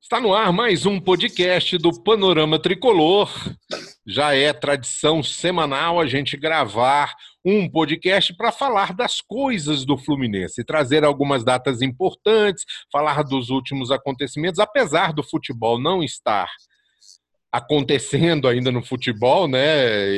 Está no ar mais um podcast do Panorama Tricolor. Já é tradição semanal a gente gravar um podcast para falar das coisas do Fluminense, trazer algumas datas importantes, falar dos últimos acontecimentos, apesar do futebol não estar acontecendo ainda no futebol, né?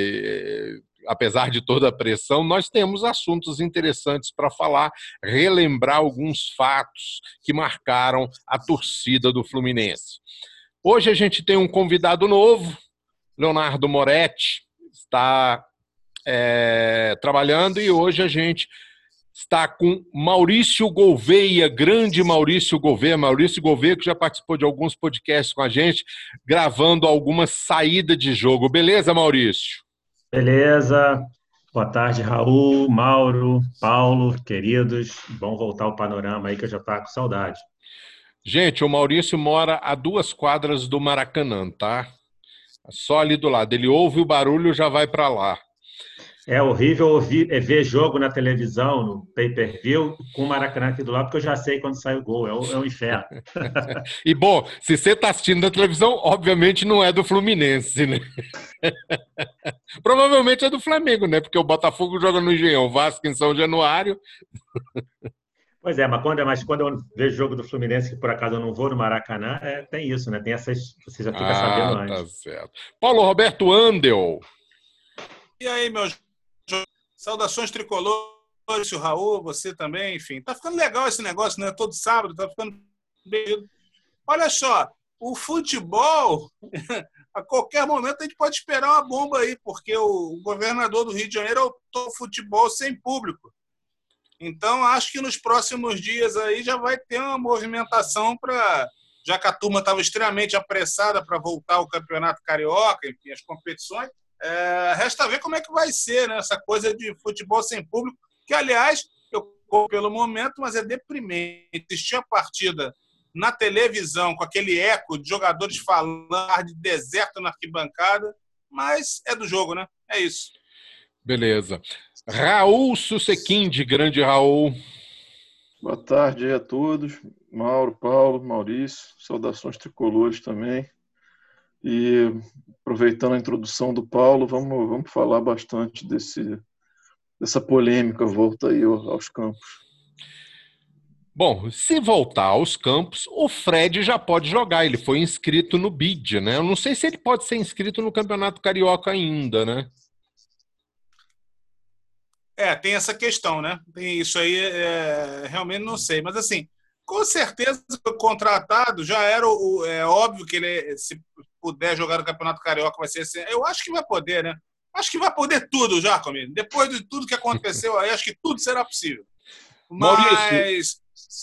Apesar de toda a pressão, nós temos assuntos interessantes para falar, relembrar alguns fatos que marcaram a torcida do Fluminense. Hoje a gente tem um convidado novo, Leonardo Moretti, está trabalhando, e hoje a gente está com Maurício Gouveia, grande Maurício Gouveia, que já participou de alguns podcasts com a gente, gravando algumas saídas de jogo. Beleza, Maurício? Beleza. Boa tarde, Raul, Mauro, Paulo, queridos. Bom voltar ao panorama aí que eu já estava com saudade. Gente, o Maurício mora a 2 quadras do Maracanã, tá? Só ali do lado. Ele ouve o barulho e já vai para lá. É horrível ver jogo na televisão, no pay-per-view, com o Maracanã aqui do lado, porque eu já sei quando sai o gol. É um inferno. E, bom, se você está assistindo na televisão, obviamente não é do Fluminense, né? Provavelmente é do Flamengo, né? Porque o Botafogo joga no Engenhão, o Vasco em São Januário. Pois é, mas quando eu vejo jogo do Fluminense, que por acaso eu não vou no Maracanã, tem isso, né? Tem essas. Você já fica sabendo Tá antes. certo. Paulo Roberto Andel. E aí, meus saudações tricolores, o Raul, você também, enfim. Tá ficando legal esse negócio, né? Todo sábado, tá ficando bem. Olha só, o futebol, a qualquer momento a gente pode esperar uma bomba aí, porque o governador do Rio de Janeiro autou o futebol sem público. Então, acho que nos próximos dias aí já vai ter uma movimentação para, já que a turma estava extremamente apressada para voltar ao Campeonato Carioca, enfim, as competições. Resta ver como é que vai ser, né, essa coisa de futebol sem público, que, aliás, eu pelo momento, mas é deprimente. Assistir a partida na televisão com aquele eco de jogadores falando de deserto na arquibancada, mas é do jogo, né? É isso. Beleza. Raul Susequinde, grande Raul. Boa tarde a todos. Mauro, Paulo, Maurício, saudações tricolores também. E aproveitando a introdução do Paulo, vamos falar bastante dessa polêmica volta aí aos campos. Bom, se voltar aos campos, o Fred já pode jogar. Ele foi inscrito no BID, né? Eu não sei se ele pode ser inscrito no Campeonato Carioca ainda, né? Tem essa questão, né? Tem isso aí, realmente não sei. Mas, assim, com certeza, contratado, já era óbvio que ele, se puder jogar no Campeonato Carioca, vai ser assim. Eu acho que vai poder, né? Acho que vai poder tudo já, comigo. Depois de tudo que aconteceu aí, acho que tudo será possível. Mas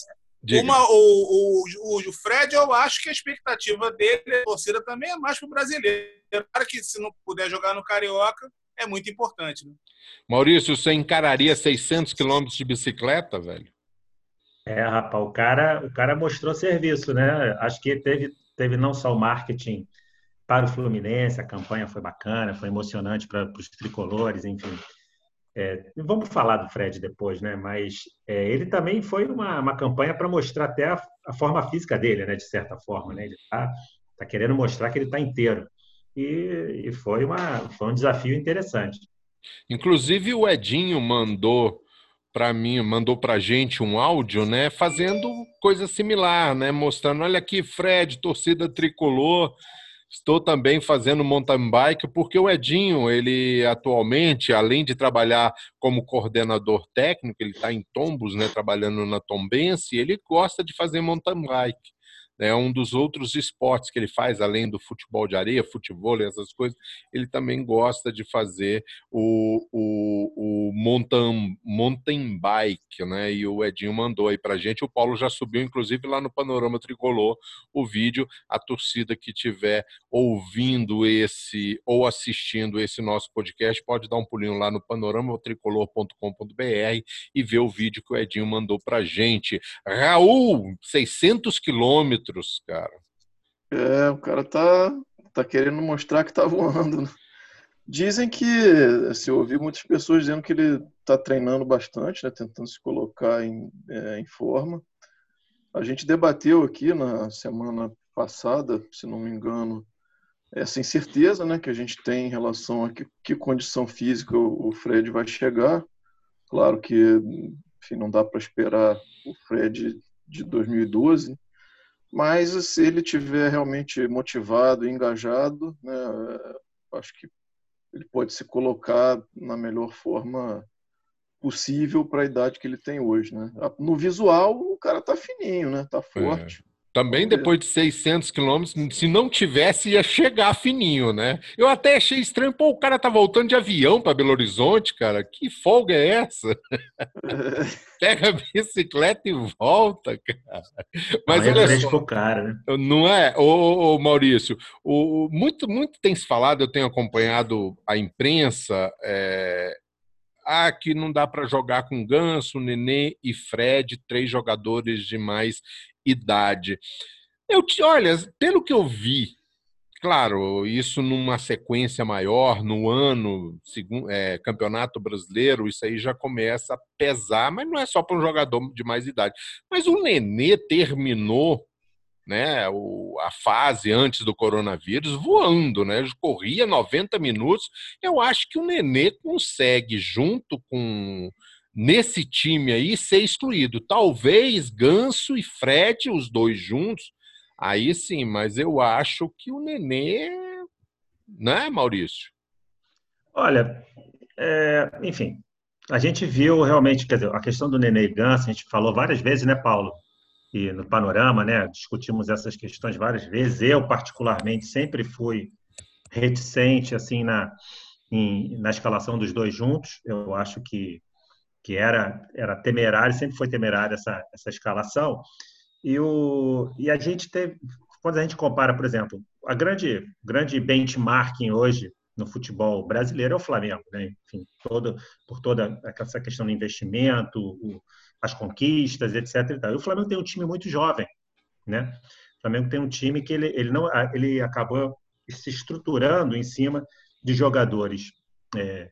o Fred, eu acho que a expectativa dele, a torcida também é mais para o brasileiro. Claro que se não puder jogar no Carioca, é muito importante, né? Maurício, você encararia 600 quilômetros de bicicleta, velho? Rapaz, o cara mostrou serviço, né? Acho que teve não só o marketing para o Fluminense, a campanha foi bacana, foi emocionante para os tricolores, enfim. Vamos falar do Fred depois, né? Mas ele também foi uma campanha para mostrar até a forma física dele, né? De certa forma, né? Ele tá querendo mostrar que ele está inteiro. E foi um desafio interessante. Inclusive o Edinho mandou pra gente um áudio, né, fazendo coisa similar, né, mostrando, olha aqui, Fred, torcida tricolor, estou também fazendo mountain bike, porque o Edinho, ele atualmente, além de trabalhar como coordenador técnico, ele está em Tombos, né, trabalhando na Tombense, ele gosta de fazer mountain bike. É um dos outros esportes que ele faz, além do futebol de areia, futevôlei, essas coisas, ele também gosta de fazer o mountain bike, né? E o Edinho mandou aí pra gente, o Paulo já subiu, inclusive, lá no Panorama Tricolor, o vídeo. A torcida que estiver ouvindo ou assistindo esse nosso podcast, pode dar um pulinho lá no panoramatricolor.com.br e ver o vídeo que o Edinho mandou pra gente. Raul, 600 quilômetros, cara. O cara tá querendo mostrar que tá voando, né? Dizem que, assim, eu ouvi muitas pessoas dizendo que ele tá treinando bastante, né, tentando se colocar em forma. A gente debateu aqui na semana passada, se não me engano, essa incerteza, né, que a gente tem em relação a que condição física o Fred vai chegar. Claro que, enfim, não dá para esperar o Fred de 2012, mas se ele tiver realmente motivado e engajado, né, acho que ele pode se colocar na melhor forma possível para a idade que ele tem hoje, né? No visual, o cara tá fininho, né? Tá forte. Também depois de 600 quilômetros, se não tivesse, ia chegar fininho, né? Eu até achei estranho, pô, o cara tá voltando de avião para Belo Horizonte, cara. Que folga é essa? Pega a bicicleta e volta, cara. Mas Não, é olha fresco só, pro cara, né? não é? Ô, Maurício, muito tem se falado, eu tenho acompanhado a imprensa, que não dá para jogar com Ganso, Nenê e Fred, 3 jogadores de mais idade. Olha, pelo que eu vi, claro, isso numa sequência maior, no ano, Campeonato Brasileiro, isso aí já começa a pesar, mas não é só para um jogador de mais idade. Mas o Nenê terminou, né, a fase antes do coronavírus voando, né? Ele corria 90 minutos. Eu acho que o Nenê consegue, junto com nesse time aí, ser excluído. Talvez Ganso e Fred, os dois juntos, aí sim, mas eu acho que o Nenê, né, Maurício? Olha, enfim, a gente viu realmente, quer dizer, a questão do Nenê e Ganso, a gente falou várias vezes, né, Paulo? E no Panorama, né, discutimos essas questões várias vezes. Eu, particularmente, sempre fui reticente assim na escalação dos dois juntos. Eu acho que era temerário, sempre foi temerário essa escalação. E a gente teve, quando a gente compara, por exemplo, a grande benchmarking hoje no futebol brasileiro é o Flamengo, né? Enfim, por toda essa questão do investimento, as conquistas, etc. E tal. E o Flamengo tem um time muito jovem, né? O Flamengo tem um time que ele acabou se estruturando em cima de jogadores é,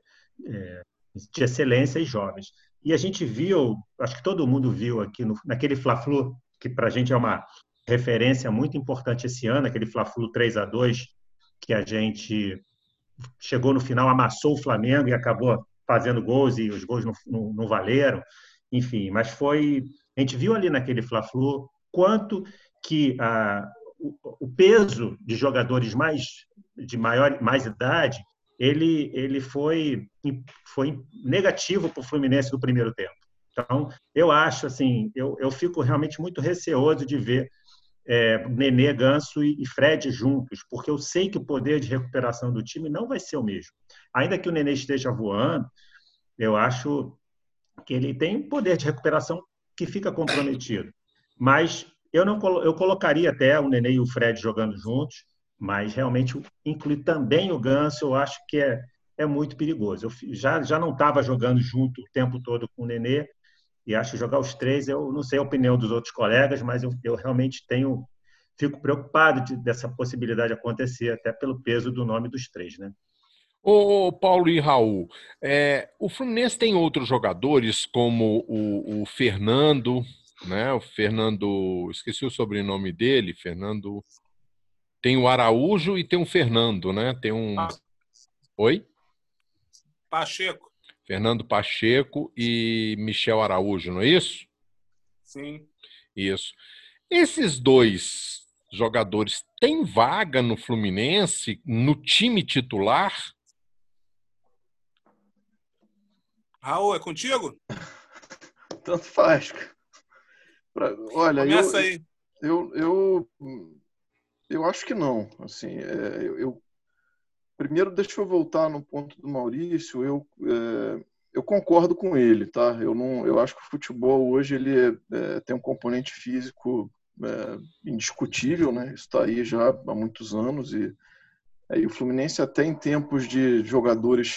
de excelência e jovens. E a gente viu, acho que todo mundo viu aqui naquele Fla-Flu, que para a gente é uma referência muito importante esse ano, aquele Fla-Flu 3-2, que a gente chegou no final, amassou o Flamengo e acabou fazendo gols e os gols não valeram. Enfim, mas a gente viu ali naquele Fla-Flu quanto que o peso de jogadores mais idade ele foi negativo para o Fluminense no primeiro tempo. Então, eu acho assim, eu fico realmente muito receoso de ver Nenê, Ganso e Fred juntos, porque eu sei que o poder de recuperação do time não vai ser o mesmo. Ainda que o Nenê esteja voando, eu acho que ele tem um poder de recuperação que fica comprometido. Mas eu colocaria até o Nenê e o Fred jogando juntos, mas realmente incluir também o Ganso, eu acho que é muito perigoso. Eu já não estava jogando junto o tempo todo com o Nenê, e acho que jogar os 3, eu não sei a opinião dos outros colegas, mas eu realmente fico preocupado dessa possibilidade acontecer, até pelo peso do nome dos 3, né? Ô, Paulo e Raul, o Fluminense tem outros jogadores como o Fernando, né? O Fernando, esqueci o sobrenome dele, Fernando. Tem o Araújo e tem o Fernando, né? Oi? Pacheco. Fernando Pacheco e Michel Araújo, não é isso? Sim. Isso. Esses dois jogadores têm vaga no Fluminense, no time titular? Raul, é contigo? Tanto faz. Olha, Começa aí. eu acho que não. Assim, primeiro, deixa eu voltar no ponto do Maurício. Eu concordo com ele, tá? Eu acho que o futebol hoje ele tem um componente físico indiscutível, né? Isso está aí já há muitos anos e o Fluminense até em tempos de jogadores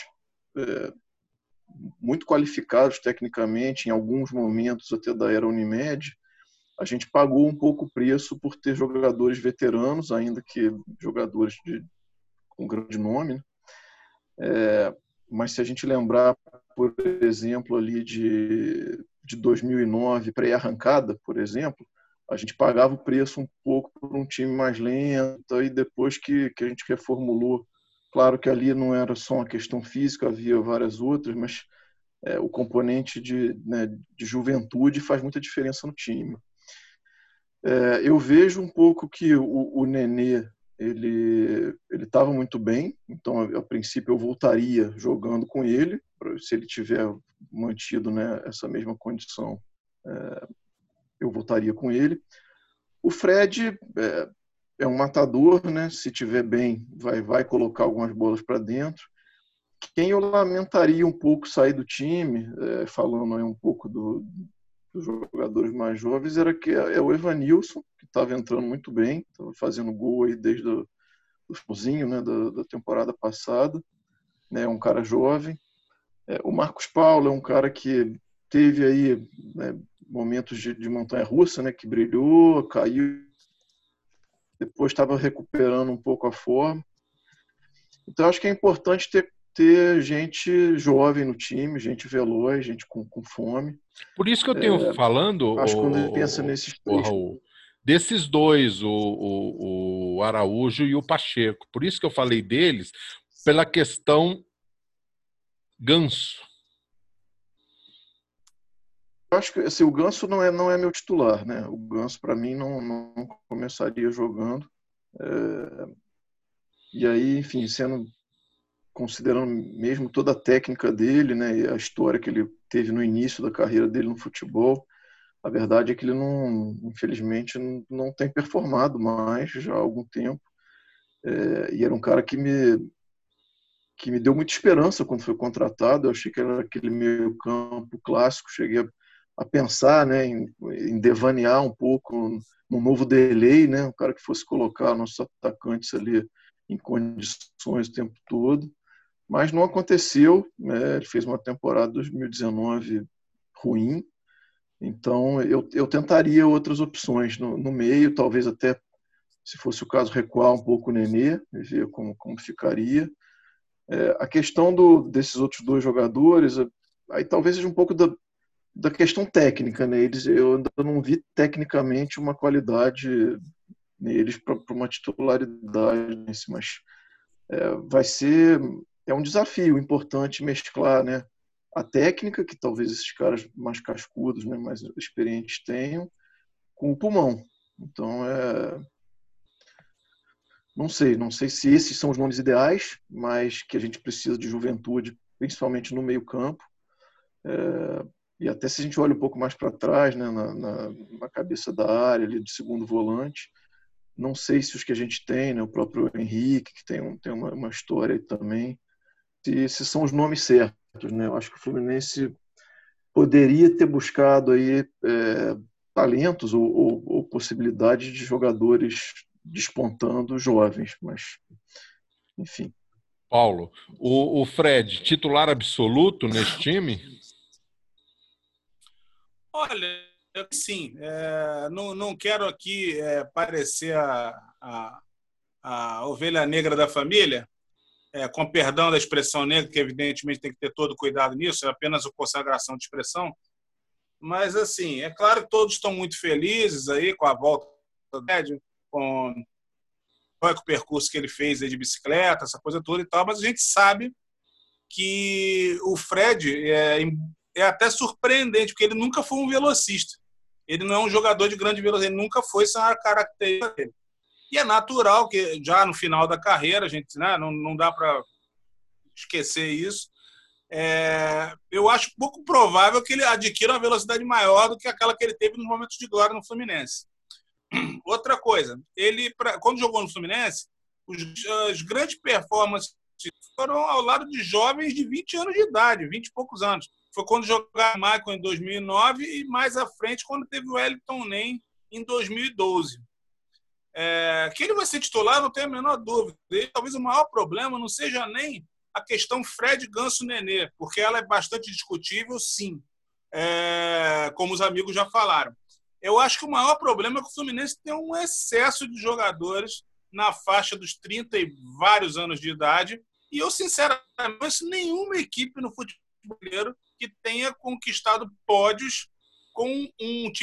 muito qualificados tecnicamente, em alguns momentos até da era Unimed, a gente pagou um pouco o preço por ter jogadores veteranos, ainda que jogadores com grande nome, né? Mas se a gente lembrar, por exemplo, ali de 2009, pré-arrancada, por exemplo, a gente pagava o preço um pouco por um time mais lento, e depois que a gente reformulou, claro que ali não era só uma questão física, havia várias outras, mas o componente né, de juventude faz muita diferença no time. Eu vejo um pouco que o Nenê, ele estava muito bem, então a princípio eu voltaria jogando com ele, se ele tiver mantido, né, essa mesma condição, eu voltaria com ele. O Fred é um matador, né? Se tiver bem, vai colocar algumas bolas para dentro. Quem eu lamentaria um pouco sair do time, falando aí um pouco dos jogadores mais jovens, é o Evanilson, que estava entrando muito bem, estava fazendo gol aí desde o finalzinho, né, da temporada passada, né? É um cara jovem. O Marcos Paulo é um cara que teve aí, né, momentos de montanha-russa, né, que brilhou, caiu, depois estava recuperando um pouco a forma. Então, acho que é importante ter gente jovem no time, gente veloz, gente com fome. Por isso que eu tenho falando, acho que quando a gente pensa nesses três... Raul, desses dois, o Araújo e o Pacheco. Por isso que eu falei deles, pela questão Ganso. Eu acho que assim, o Ganso não é meu titular, né? O Ganso, para mim, não começaria jogando. E aí, enfim, considerando mesmo toda a técnica dele, né, e a história que ele teve no início da carreira dele no futebol, a verdade é que ele infelizmente, não tem performado mais já há algum tempo. E era um cara que me deu muita esperança quando foi contratado. Eu achei que era aquele meio campo clássico. Cheguei a pensar, né, em devanear um pouco num novo Delay, né, um cara que fosse colocar nossos atacantes ali em condições o tempo todo. Mas não aconteceu, né? Ele fez uma temporada 2019 ruim. Então, eu tentaria outras opções no meio, talvez até, se fosse o caso, recuar um pouco o Nenê, e ver como ficaria. A questão desses outros dois jogadores, aí talvez seja um pouco da questão técnica, né? Eu ainda não vi tecnicamente uma qualidade neles para uma titularidade, mas é um desafio importante mesclar, né, a técnica, que talvez esses caras mais cascudos, né, mais experientes tenham, com o pulmão. Então, não sei se esses são os nomes ideais, mas que a gente precisa de juventude, principalmente no meio-campo. E até se a gente olha um pouco mais para trás, né, na cabeça da área, ali de segundo volante, não sei se os que a gente tem, né, o próprio Henrique, que tem uma história aí também, se são os nomes certos, né? Eu acho que o Fluminense poderia ter buscado aí talentos ou possibilidades de jogadores despontando jovens, mas enfim. Paulo, o Fred, titular absoluto nesse time? Olha, sim, não quero aqui parecer a ovelha negra da família, com perdão da expressão negra, que evidentemente tem que ter todo cuidado nisso, é apenas a consagração de expressão. Mas, assim, é claro que todos estão muito felizes aí com a volta do Fred, com o percurso que ele fez aí de bicicleta, essa coisa toda e tal, mas a gente sabe que o Fred é até surpreendente, porque ele nunca foi um velocista. Ele não é um jogador de grande velocidade, ele nunca foi essa característica dele. E é natural que já no final da carreira, a gente, né, não dá para esquecer isso. Eu acho pouco provável que ele adquira uma velocidade maior do que aquela que ele teve nos momentos de glória no Fluminense. Outra coisa, ele, quando jogou no Fluminense, as grandes performances foram ao lado de jovens de 20 anos de idade, 20 e poucos anos. Foi quando jogava Michael em 2009 e mais à frente quando teve o Wellington Nem em 2012. Que ele vai ser titular, não tenho a menor dúvida. E talvez o maior problema não seja nem a questão Fred, Ganso, Nenê, porque ela é bastante discutível, sim, como os amigos já falaram. Eu acho que o maior problema é que o Fluminense tem um excesso de jogadores na faixa dos 30 e vários anos de idade, e eu, sinceramente, não conheço nenhuma equipe no futebol brasileiro que tenha conquistado pódios com um time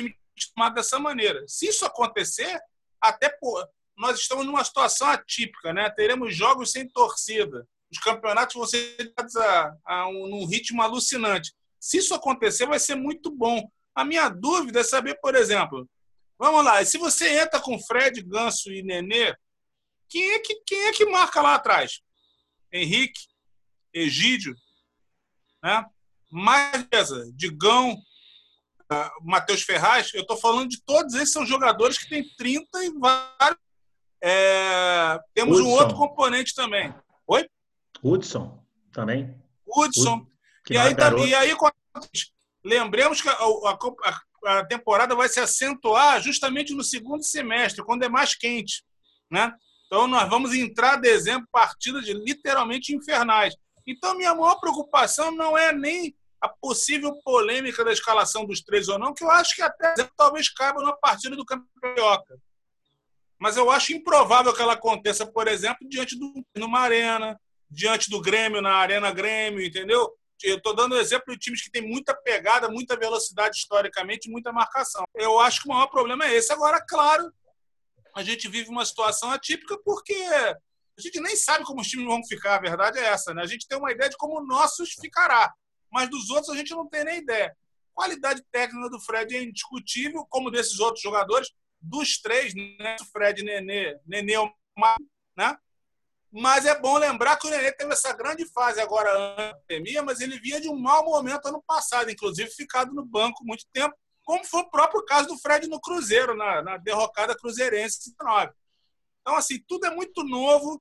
tomado dessa maneira. Se isso acontecer, até nós estamos numa situação atípica, né? Teremos jogos sem torcida. Os campeonatos vão ser dados num ritmo alucinante. Se isso acontecer, vai ser muito bom. A minha dúvida é saber, por exemplo, vamos lá, se você entra com Fred, Ganso e Nenê, quem é que marca lá atrás? Henrique, Egídio, né? Beleza, Digão, Matheus Ferraz, eu estou falando de todos esses, são jogadores que têm 30 e vários. Temos Hudson. Um outro componente também. Oi? Hudson também. Hudson. Que E aí, garoto. lembremos que a temporada vai se acentuar justamente no segundo semestre, quando é mais quente, né? Então, nós vamos entrar, dezembro, partidas literalmente infernais. Então, minha maior preocupação não é nem a possível polêmica da escalação dos 3 ou não, que eu acho que até talvez caiba numa partida do Campeonato Carioca. Mas eu acho improvável que ela aconteça, por exemplo, numa arena, diante do Grêmio, na Arena Grêmio, entendeu? Eu estou dando exemplo de times que têm muita pegada, muita velocidade historicamente, muita marcação. Eu acho que o maior problema é esse. Agora, claro, a gente vive uma situação atípica porque a gente nem sabe como os times vão ficar, a verdade é essa, né? A gente tem uma ideia de como o nossos ficará, mas dos outros a gente não tem nem ideia. A qualidade técnica do Fred é indiscutível, como desses outros jogadores, dos 3, né? Fred, Nenê é o mais, né? Mas é bom lembrar que o Nenê teve essa grande fase agora antes da pandemia, mas ele vinha de um mau momento ano passado, inclusive ficado no banco muito tempo, como foi o próprio caso do Fred no Cruzeiro, na derrocada cruzeirense 19. Então, assim, tudo é muito novo.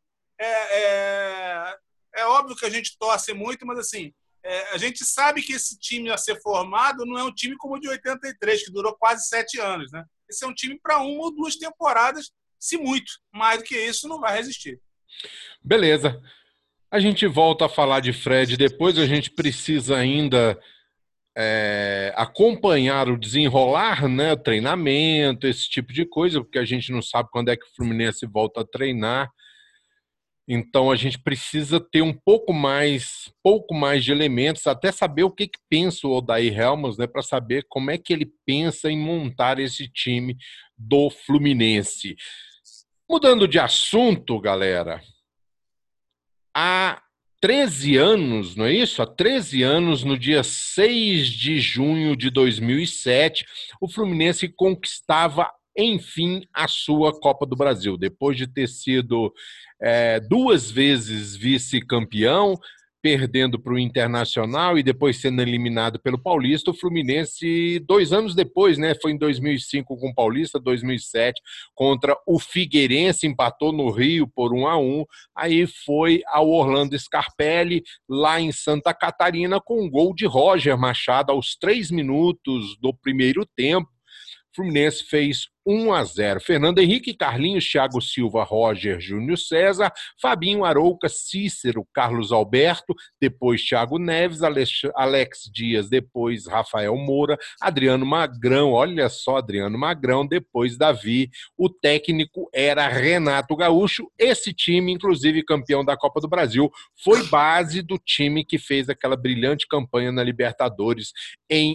É óbvio que a gente torce muito, mas assim, a gente sabe que esse time a ser formado não é um time como o de 83, que durou quase 7 anos, né? Esse é um time para 1 ou 2 temporadas, se muito. Mais do que isso, não vai resistir. Beleza. A gente volta a falar de Fred. Depois a gente precisa ainda acompanhar o desenrolar, né? O treinamento, esse tipo de coisa, porque a gente não sabe quando é que o Fluminense volta a treinar. Então a gente precisa ter um pouco mais de elementos, até saber o que pensa o Odair Helmans, né, para saber como é que ele pensa em montar esse time do Fluminense. Mudando de assunto, galera, há 13 anos, não é isso? Há 13 anos, no dia 6 de junho de 2007, o Fluminense conquistava, enfim, a sua Copa do Brasil. Depois de ter sido 2 vezes vice-campeão, perdendo para o Internacional e depois sendo eliminado pelo Paulista, o Fluminense, 2 anos depois, né, foi em 2005 com o Paulista, 2007 contra o Figueirense, empatou no Rio por 1-1, aí foi ao Orlando Scarpelli, lá em Santa Catarina, com um gol de Roger Machado aos 3 minutos do primeiro tempo. O Fluminense fez 1-0. Fernando Henrique, Carlinhos, Thiago Silva, Roger, Júnior César, Fabinho, Arouca, Cícero, Carlos Alberto, depois Thiago Neves, Alex Dias, depois Rafael Moura, Adriano Magrão, olha só, Adriano Magrão, depois Davi. O técnico era Renato Gaúcho. Esse time, inclusive campeão da Copa do Brasil, foi base do time que fez aquela brilhante campanha na Libertadores em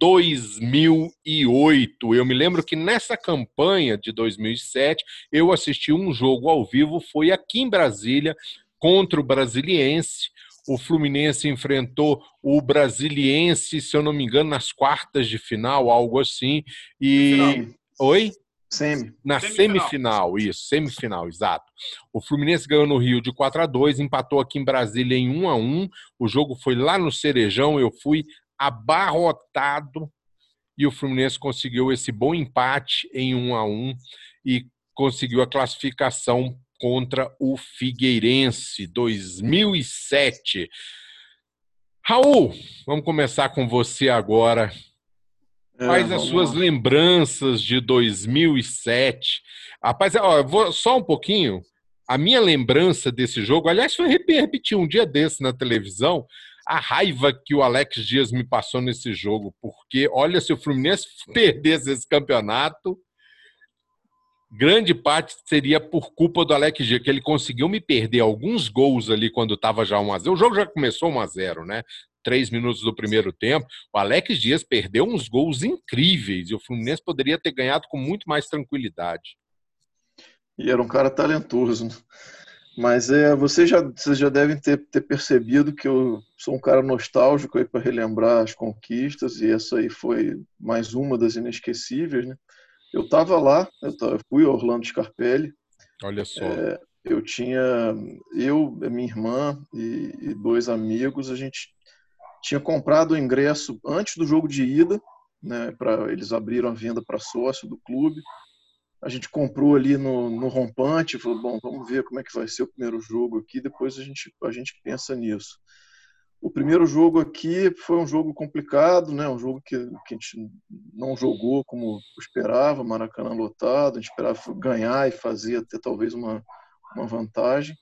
2008. Eu me lembro que nessa campanha de 2007, eu assisti um jogo ao vivo, foi aqui em Brasília, contra o Brasiliense. O Fluminense enfrentou o Brasiliense, se eu não me engano, nas quartas de final, algo assim. E... Oi? Na semifinal, isso, semifinal, exato. O Fluminense ganhou no Rio de 4-2, empatou aqui em Brasília em 1-1. O jogo foi lá no Cerejão, eu fui abarrotado e o Fluminense conseguiu esse bom empate em 1-1 e conseguiu a classificação contra o Figueirense, 2007. Raul, vamos começar com você agora. Quais as suas lembranças de 2007? Rapaz, ó, vou só um pouquinho. A minha lembrança desse jogo, aliás, foi repetir um dia desse na televisão, a raiva que o Alex Dias me passou nesse jogo, porque, olha, se o Fluminense perdesse esse campeonato, grande parte seria por culpa do Alex Dias, que ele conseguiu me perder alguns gols ali quando estava já 1-0. O jogo já começou 1-0, né? 3 minutos do primeiro tempo, o Alex Dias perdeu uns gols incríveis e o Fluminense poderia ter ganhado com muito mais tranquilidade. E era um cara talentoso, né? Mas vocês já devem ter percebido que eu sou um cara nostálgico aí para relembrar as conquistas, e essa aí foi mais uma das inesquecíveis, né? Eu estava lá, eu fui a Orlando Scarpelli. Olha só. Minha irmã e 2 amigos, a gente tinha comprado o ingresso antes do jogo de ida, né? Eles abriram a venda para sócio do clube. A gente comprou ali no rompante, falou, bom, vamos ver como é que vai ser o primeiro jogo aqui, depois a gente pensa nisso. O primeiro jogo aqui foi um jogo complicado, né? Um jogo que a gente não jogou como esperava, Maracanã lotado, a gente esperava ganhar e fazer até talvez uma vantagem.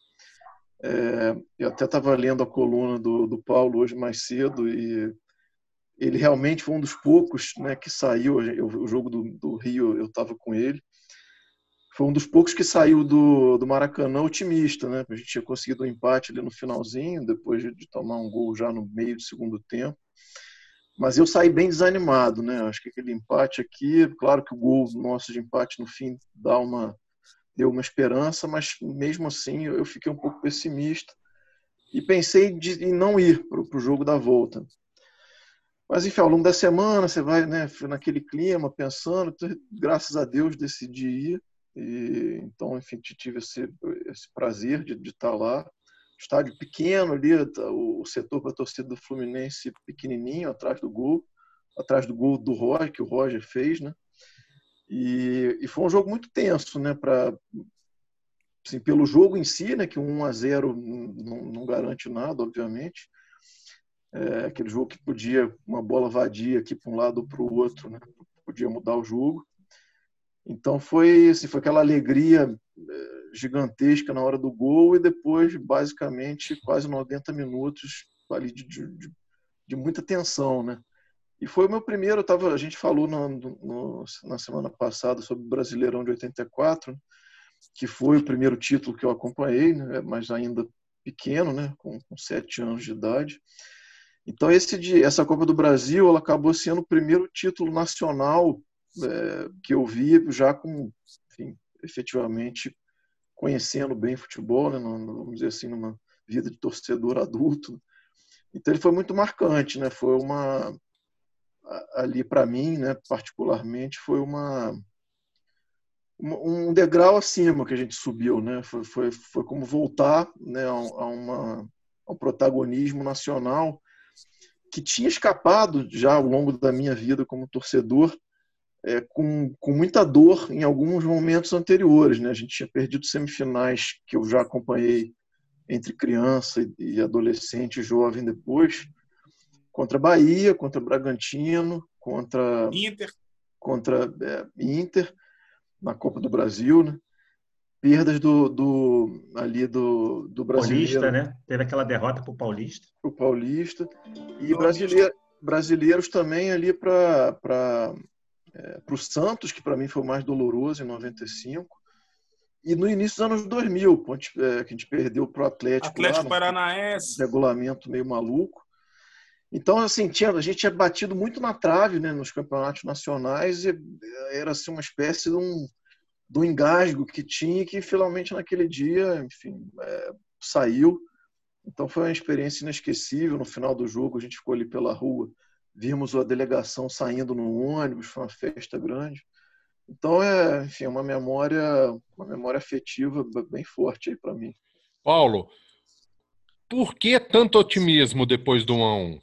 Eu até estava lendo a coluna do Paulo hoje mais cedo, e ele realmente foi um dos poucos, né, que saiu. O jogo do Rio, eu estava com ele. Foi um dos poucos que saiu do Maracanã otimista, né? A gente tinha conseguido um empate ali no finalzinho, depois de tomar um gol já no meio do segundo tempo. Mas eu saí bem desanimado, né? Acho que aquele empate aqui, claro que o gol nosso de empate no fim deu uma esperança, mas mesmo assim eu fiquei um pouco pessimista e pensei em não ir para o jogo da volta. Mas, enfim, ao longo da semana você vai, né, naquele clima, pensando, graças a Deus decidi ir. E, então, enfim, tive esse prazer de estar lá. Estádio pequeno ali, o setor para a torcida do Fluminense pequenininho, atrás do gol do Roger, que o Roger fez, né? E foi um jogo muito tenso, né? Assim, pelo jogo em si, né? Que 1-0 não garante nada, obviamente. Aquele jogo que podia, uma bola vadia aqui para um lado ou para o outro, né? Podia mudar o jogo. Então foi aquela alegria gigantesca na hora do gol, e depois, basicamente, quase 90 minutos ali de muita tensão, né? E foi o meu primeiro, a gente falou na semana passada sobre o Brasileirão de 84, né, que foi o primeiro título que eu acompanhei, né, mas ainda pequeno, né, com 7 anos de idade. Então essa Copa do Brasil, ela acabou sendo o primeiro título nacional que eu vi já enfim, efetivamente conhecendo bem futebol, né, vamos dizer assim, numa vida de torcedor adulto. Então ele foi muito marcante, né? Foi ali para mim, né, particularmente, foi um degrau acima que a gente subiu, né? Foi como voltar, né, a um protagonismo nacional que tinha escapado já ao longo da minha vida como torcedor, com muita dor em alguns momentos anteriores, né? A gente tinha perdido semifinais que eu já acompanhei entre criança e adolescente, jovem depois, contra Bahia, contra Bragantino, contra Inter, na Copa do Brasil, né? Perdas do brasileiro. Paulista, né? Teve aquela derrota para o Paulista. O Paulista. E brasileiros também ali para o Santos, que para mim foi o mais doloroso, em 95. E no início dos anos 2000, que a gente perdeu para o Atlético Paranaense. Regulamento meio maluco. Então, assim, a gente tinha batido muito na trave, né, nos campeonatos nacionais, e era assim, uma espécie de um engasgo que tinha, que finalmente naquele dia, enfim, saiu. Então foi uma experiência inesquecível. No final do jogo, a gente ficou ali pela rua, vimos a delegação saindo no ônibus, foi uma festa grande. Então, enfim, uma memória afetiva bem forte aí para mim. Paulo, por que tanto otimismo depois do 1-1?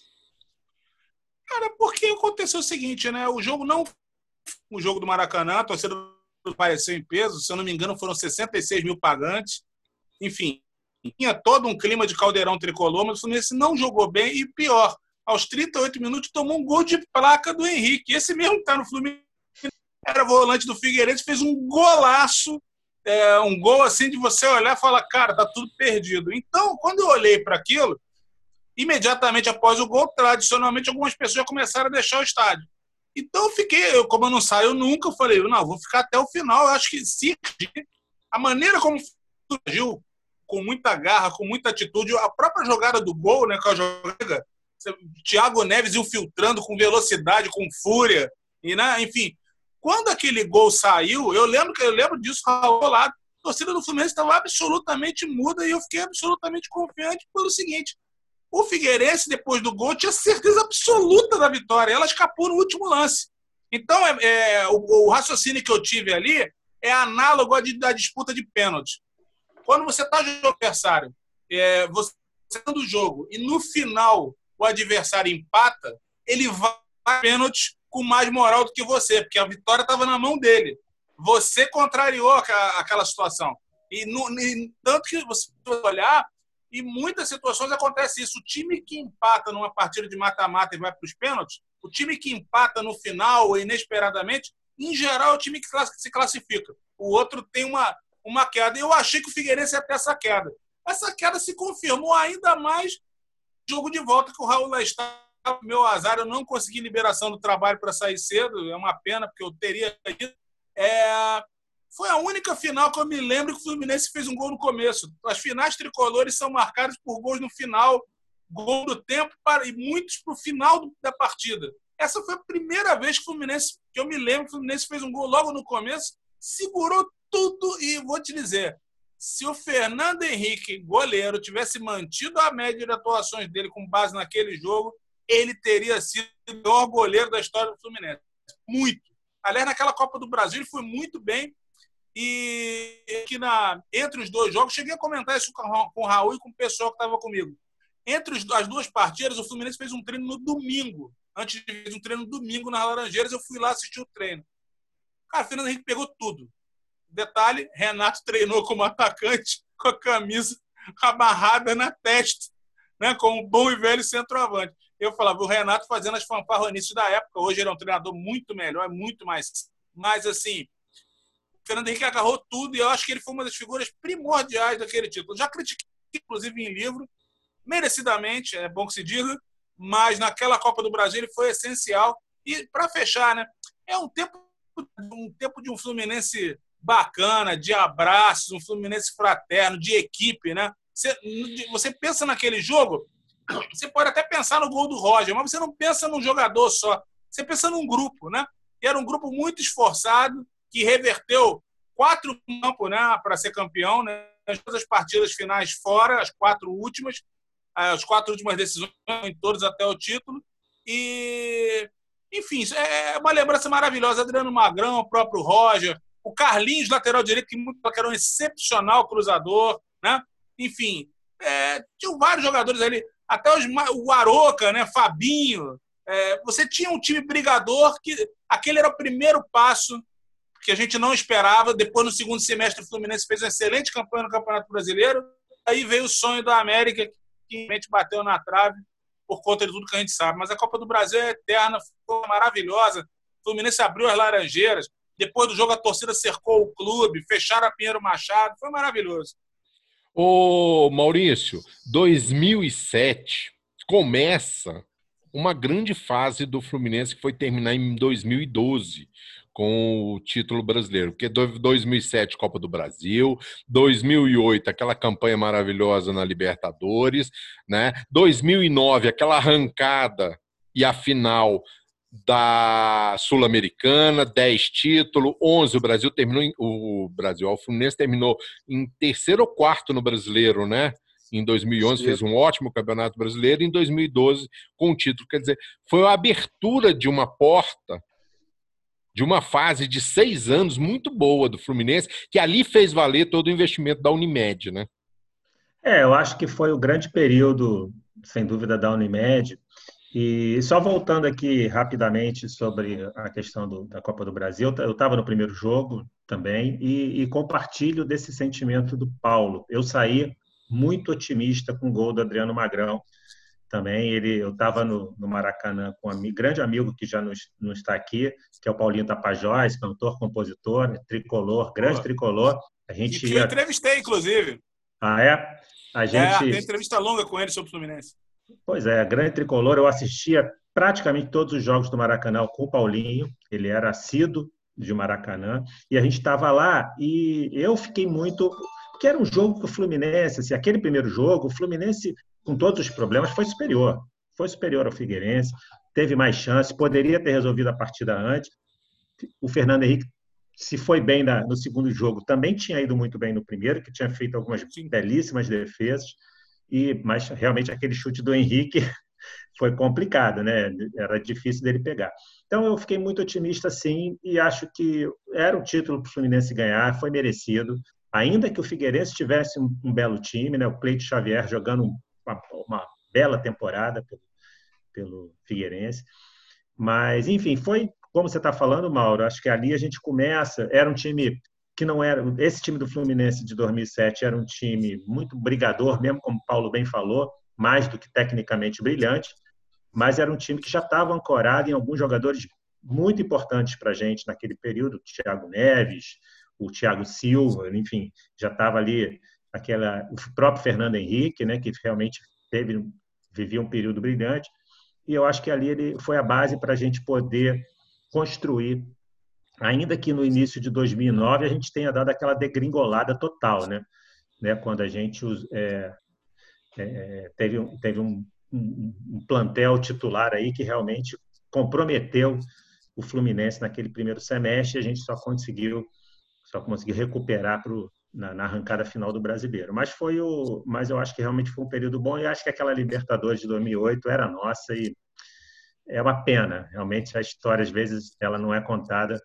Cara, porque aconteceu o seguinte, né? O jogo do Maracanã, a torcida apareceu em peso, se eu não me engano, foram 66 mil pagantes. Enfim, tinha todo um clima de caldeirão tricolor, mas o Fluminense não jogou bem, e pior, aos 38 minutos tomou um gol de placa do Henrique. Esse mesmo que está no Fluminense, era volante do Figueirense, fez um golaço, um gol assim de você olhar e falar, cara, tá tudo perdido. Então, quando eu olhei para aquilo, imediatamente após o gol, tradicionalmente, algumas pessoas já começaram a deixar o estádio. Então, como eu não saio nunca, eu falei, não, vou ficar até o final. Eu acho que a maneira como surgiu, com muita garra, com muita atitude, a própria jogada do gol, né, com a jogada, Thiago Neves infiltrando com velocidade, com fúria, e, né, enfim. Quando aquele gol saiu, eu lembro disso, Raul, lá, a torcida do Fluminense estava absolutamente muda e eu fiquei absolutamente confiante pelo seguinte: o Figueirense, depois do gol, tinha certeza absoluta da vitória. Ela escapou no último lance. Então, o raciocínio que eu tive ali é análogo da disputa de pênalti. Quando você está jogando o adversário, você está no jogo, e no final o adversário empata, ele vai a pênalti com mais moral do que você, porque a vitória estava na mão dele. Você contrariou aquela situação. Tanto que você vai olhar, em muitas situações acontece isso. O time que empata numa partida de mata-mata e vai para os pênaltis, o time que empata no final ou inesperadamente, em geral é o time que se classifica. O outro tem uma queda. Eu achei que o Figueirense ia ter essa queda. Essa queda se confirmou ainda mais no jogo de volta que o Raul lá está. Meu azar, eu não consegui liberação do trabalho para sair cedo. É uma pena, porque eu teria ido. Foi a única final que eu me lembro que o Fluminense fez um gol no começo. As finais tricolores são marcadas por gols no final, gol do tempo e muitos para o final da partida. Essa foi a primeira vez que eu me lembro que o Fluminense fez um gol logo no começo, segurou tudo e vou te dizer, se o Fernando Henrique, goleiro, tivesse mantido a média de atuações dele com base naquele jogo, ele teria sido o melhor goleiro da história do Fluminense. Muito. Aliás, naquela Copa do Brasil, ele foi muito bem. E aqui entre os dois jogos, cheguei a comentar isso com o Raul e com o pessoal que estava comigo. Entre as duas partidas, o Fluminense fez um treino no domingo. Antes de fazer um treino no domingo nas Laranjeiras, eu fui lá assistir o treino. Cara, o Fernando Henrique pegou tudo. Detalhe, Renato treinou como atacante com a camisa amarrada na testa, né, como um bom e velho centroavante. Eu falava, o Renato fazendo as fanfarronices da época. Hoje ele é um treinador muito melhor, muito mais assim, o Fernando Henrique agarrou tudo e eu acho que ele foi uma das figuras primordiais daquele título. Já critiquei, inclusive, em livro, merecidamente, é bom que se diga, mas naquela Copa do Brasil ele foi essencial. E, para fechar, né, é um tempo de um Fluminense bacana, de abraços, um Fluminense fraterno, de equipe, né? Você pensa naquele jogo, você pode até pensar no gol do Roger, mas você não pensa num jogador só, você pensa num grupo, né? E era um grupo muito esforçado, que reverteu 4 campos, né, para ser campeão, né? Todas as partidas finais fora, as 4 últimas decisões em todos até o título. E, enfim, é uma lembrança maravilhosa. Adriano Magrão, o próprio Roger, o Carlinhos, lateral direito, que era um excepcional cruzador, né? Enfim, tinham vários jogadores ali, até o Aroca, né? Fabinho. Você tinha um time brigador, que aquele era o primeiro passo que a gente não esperava. Depois, no segundo semestre, o Fluminense fez uma excelente campanha no Campeonato Brasileiro. Aí veio o sonho da América, que realmente bateu na trave por conta de tudo que a gente sabe. Mas a Copa do Brasil é eterna, foi maravilhosa. O Fluminense abriu as Laranjeiras. Depois do jogo, a torcida cercou o clube, fecharam a Pinheiro Machado. Foi maravilhoso. Ô, Maurício, 2007 começa uma grande fase do Fluminense que foi terminar em 2012 com o título brasileiro, porque 2007 Copa do Brasil, 2008 aquela campanha maravilhosa na Libertadores, né? 2009 aquela arrancada e a final da Sul-Americana, 10 títulos, 11 o Fluminense terminou em terceiro ou quarto no Brasileiro, né? Em 2011 fez um ótimo Campeonato Brasileiro, em 2012 com o título. Quer dizer, foi a abertura de uma porta, de uma fase de 6 anos muito boa do Fluminense, que ali fez valer todo o investimento da Unimed, né? Eu acho que foi o grande período, sem dúvida, da Unimed. E só voltando aqui rapidamente sobre a questão da Copa do Brasil, eu estava no primeiro jogo também e compartilho desse sentimento do Paulo. Eu saí muito otimista com o gol do Adriano Magrão. Também eu estava no Maracanã com um grande amigo que já não está aqui, que é o Paulinho Tapajós, cantor, compositor, tricolor, grande tricolor. A gente que eu entrevistei, inclusive. Ah, é? Tem entrevista longa com ele sobre o Fluminense. Pois é, grande tricolor. Eu assistia praticamente todos os jogos do Maracanã com o Paulinho. Ele era assíduo de Maracanã. E a gente estava lá e eu fiquei muito... Porque era um jogo que o Fluminense, assim, aquele primeiro jogo, o Fluminense, com todos os problemas, foi superior. foi superior ao Figueirense, teve mais chances, poderia ter resolvido a partida antes. O Fernando Henrique se foi bem no segundo jogo, também tinha ido muito bem no primeiro, que tinha feito algumas belíssimas defesas, mas realmente aquele chute do Henrique foi complicado, né? Era difícil dele pegar. Então eu fiquei muito otimista, sim, e acho que era um título para o Fluminense ganhar, foi merecido. Ainda que o Figueirense tivesse um belo time, né? O Cleito Xavier jogando uma bela temporada pelo Figueirense. Mas, enfim, foi como você está falando, Mauro. Acho que ali a gente começa. Era um time que não era. Esse time do Fluminense de 2007 era um time muito brigador, mesmo como o Paulo bem falou, mais do que tecnicamente brilhante, mas era um time que já estava ancorado em alguns jogadores muito importantes para a gente naquele período: o Thiago Neves, o Thiago Silva, enfim, já estava ali o próprio Fernando Henrique, né, que realmente vivia um período brilhante. E eu acho que ali ele foi a base para a gente poder construir, ainda que no início de 2009 a gente tenha dado aquela degringolada total, né? Quando a gente teve um plantel titular aí que realmente comprometeu o Fluminense naquele primeiro semestre, e a gente só conseguiu recuperar na arrancada final do Brasileiro. Mas eu acho que realmente foi um período bom, e acho que aquela Libertadores de 2008 era nossa, e é uma pena. Realmente a história, às vezes, ela não é contada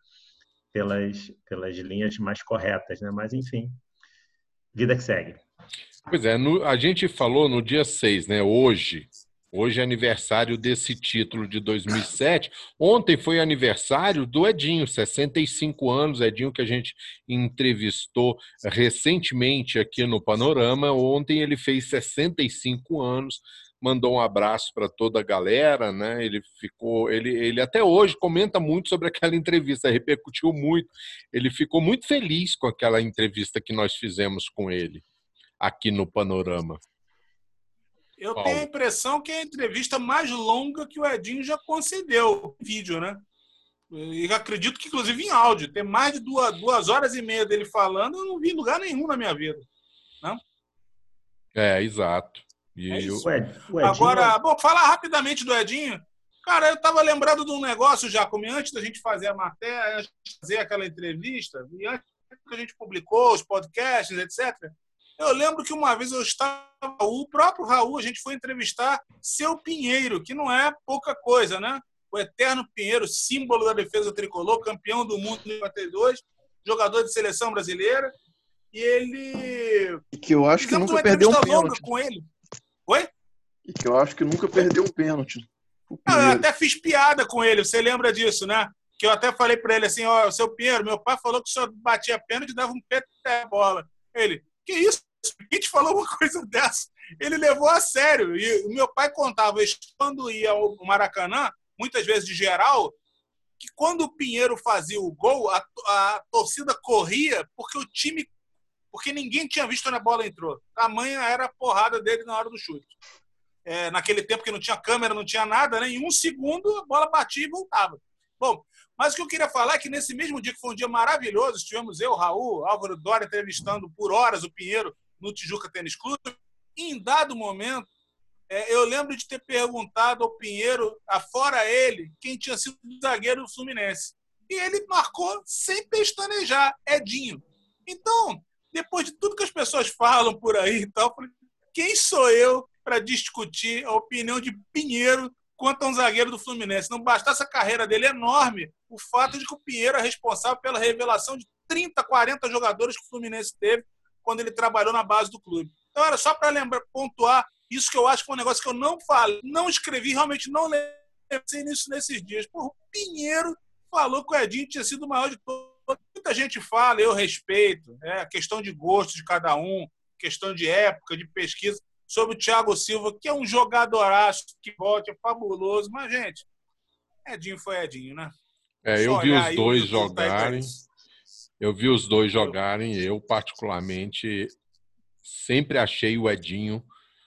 pelas linhas mais corretas, né? Mas, enfim, vida que segue. Pois é, a gente falou no dia 6, né? Hoje é aniversário desse título de 2007. Ontem foi aniversário do Edinho, 65 anos, Edinho, que a gente entrevistou recentemente aqui no Panorama. Ontem ele fez 65 anos, mandou um abraço para toda a galera, né? Ele até hoje comenta muito sobre aquela entrevista, repercutiu muito. Ele ficou muito feliz com aquela entrevista que nós fizemos com ele aqui no Panorama. Eu Paulo. tenho a impressão que é a entrevista mais longa que o Edinho já concedeu em vídeo, né? E acredito que, inclusive, em áudio. Tem mais de 2 horas e meia dele falando, eu não vi em lugar nenhum na minha vida. Não? Exato. É isso. O Edinho... Agora, bom, falar rapidamente do Edinho. Cara, eu estava lembrado de um negócio, Jacome, antes da gente fazer a matéria, antes de fazer aquela entrevista, e antes que a gente publicou os podcasts, etc., eu lembro que uma vez eu estava o próprio Raul, a gente foi entrevistar Seu Pinheiro, que não é pouca coisa, né? O eterno Pinheiro, símbolo da defesa tricolor, campeão do mundo em 92, jogador de seleção brasileira. E ele... E que eu acho que nunca perdeu um pênalti. Com ele. Oi? E que eu acho que nunca perdeu um pênalti. Eu até fiz piada com ele, você lembra disso, né? Que eu até falei para ele assim, ó, Seu Pinheiro, meu pai falou que o senhor batia pênalti e dava um pé na bola. Ele, que isso? A gente falou uma coisa dessa. Ele levou a sério. E o meu pai contava, quando ia ao Maracanã, muitas vezes de geral, que quando o Pinheiro fazia o gol, a torcida corria porque ninguém tinha visto onde a bola entrou. Tamanha era a porrada dele na hora do chute. Naquele tempo que não tinha câmera, não tinha nada, né? Em um segundo a bola batia e voltava. Bom, mas o que eu queria falar é que nesse mesmo dia, que foi um dia maravilhoso, estivemos eu, Raul, Álvaro Dória entrevistando por horas o Pinheiro no Tijuca Tênis Clube. Em dado momento, eu lembro de ter perguntado ao Pinheiro, afora ele, quem tinha sido o zagueiro do Fluminense. E ele marcou sem pestanejar, Edinho. Então, depois de tudo que as pessoas falam por aí e tal, eu falei, quem sou eu para discutir a opinião de Pinheiro quanto a um zagueiro do Fluminense? Não bastasse a carreira dele enorme, o fato de que o Pinheiro é responsável pela revelação de 30, 40 jogadores que o Fluminense teve quando ele trabalhou na base do clube. Então era só para pontuar isso, que eu acho que foi um negócio que eu não falei, não escrevi, realmente não lembrei nisso nesses dias. Porra, o Pinheiro falou que o Edinho tinha sido o maior de todos. Muita gente fala, eu respeito, questão de gosto de cada um, questão de época, de pesquisa, sobre o Thiago Silva, que é um jogadoraço, que volta, é fabuloso, mas, gente, Edinho foi Edinho, né? Eu vi os dois jogarem. Eu vi os dois jogarem. Eu, particularmente, sempre achei o Edinho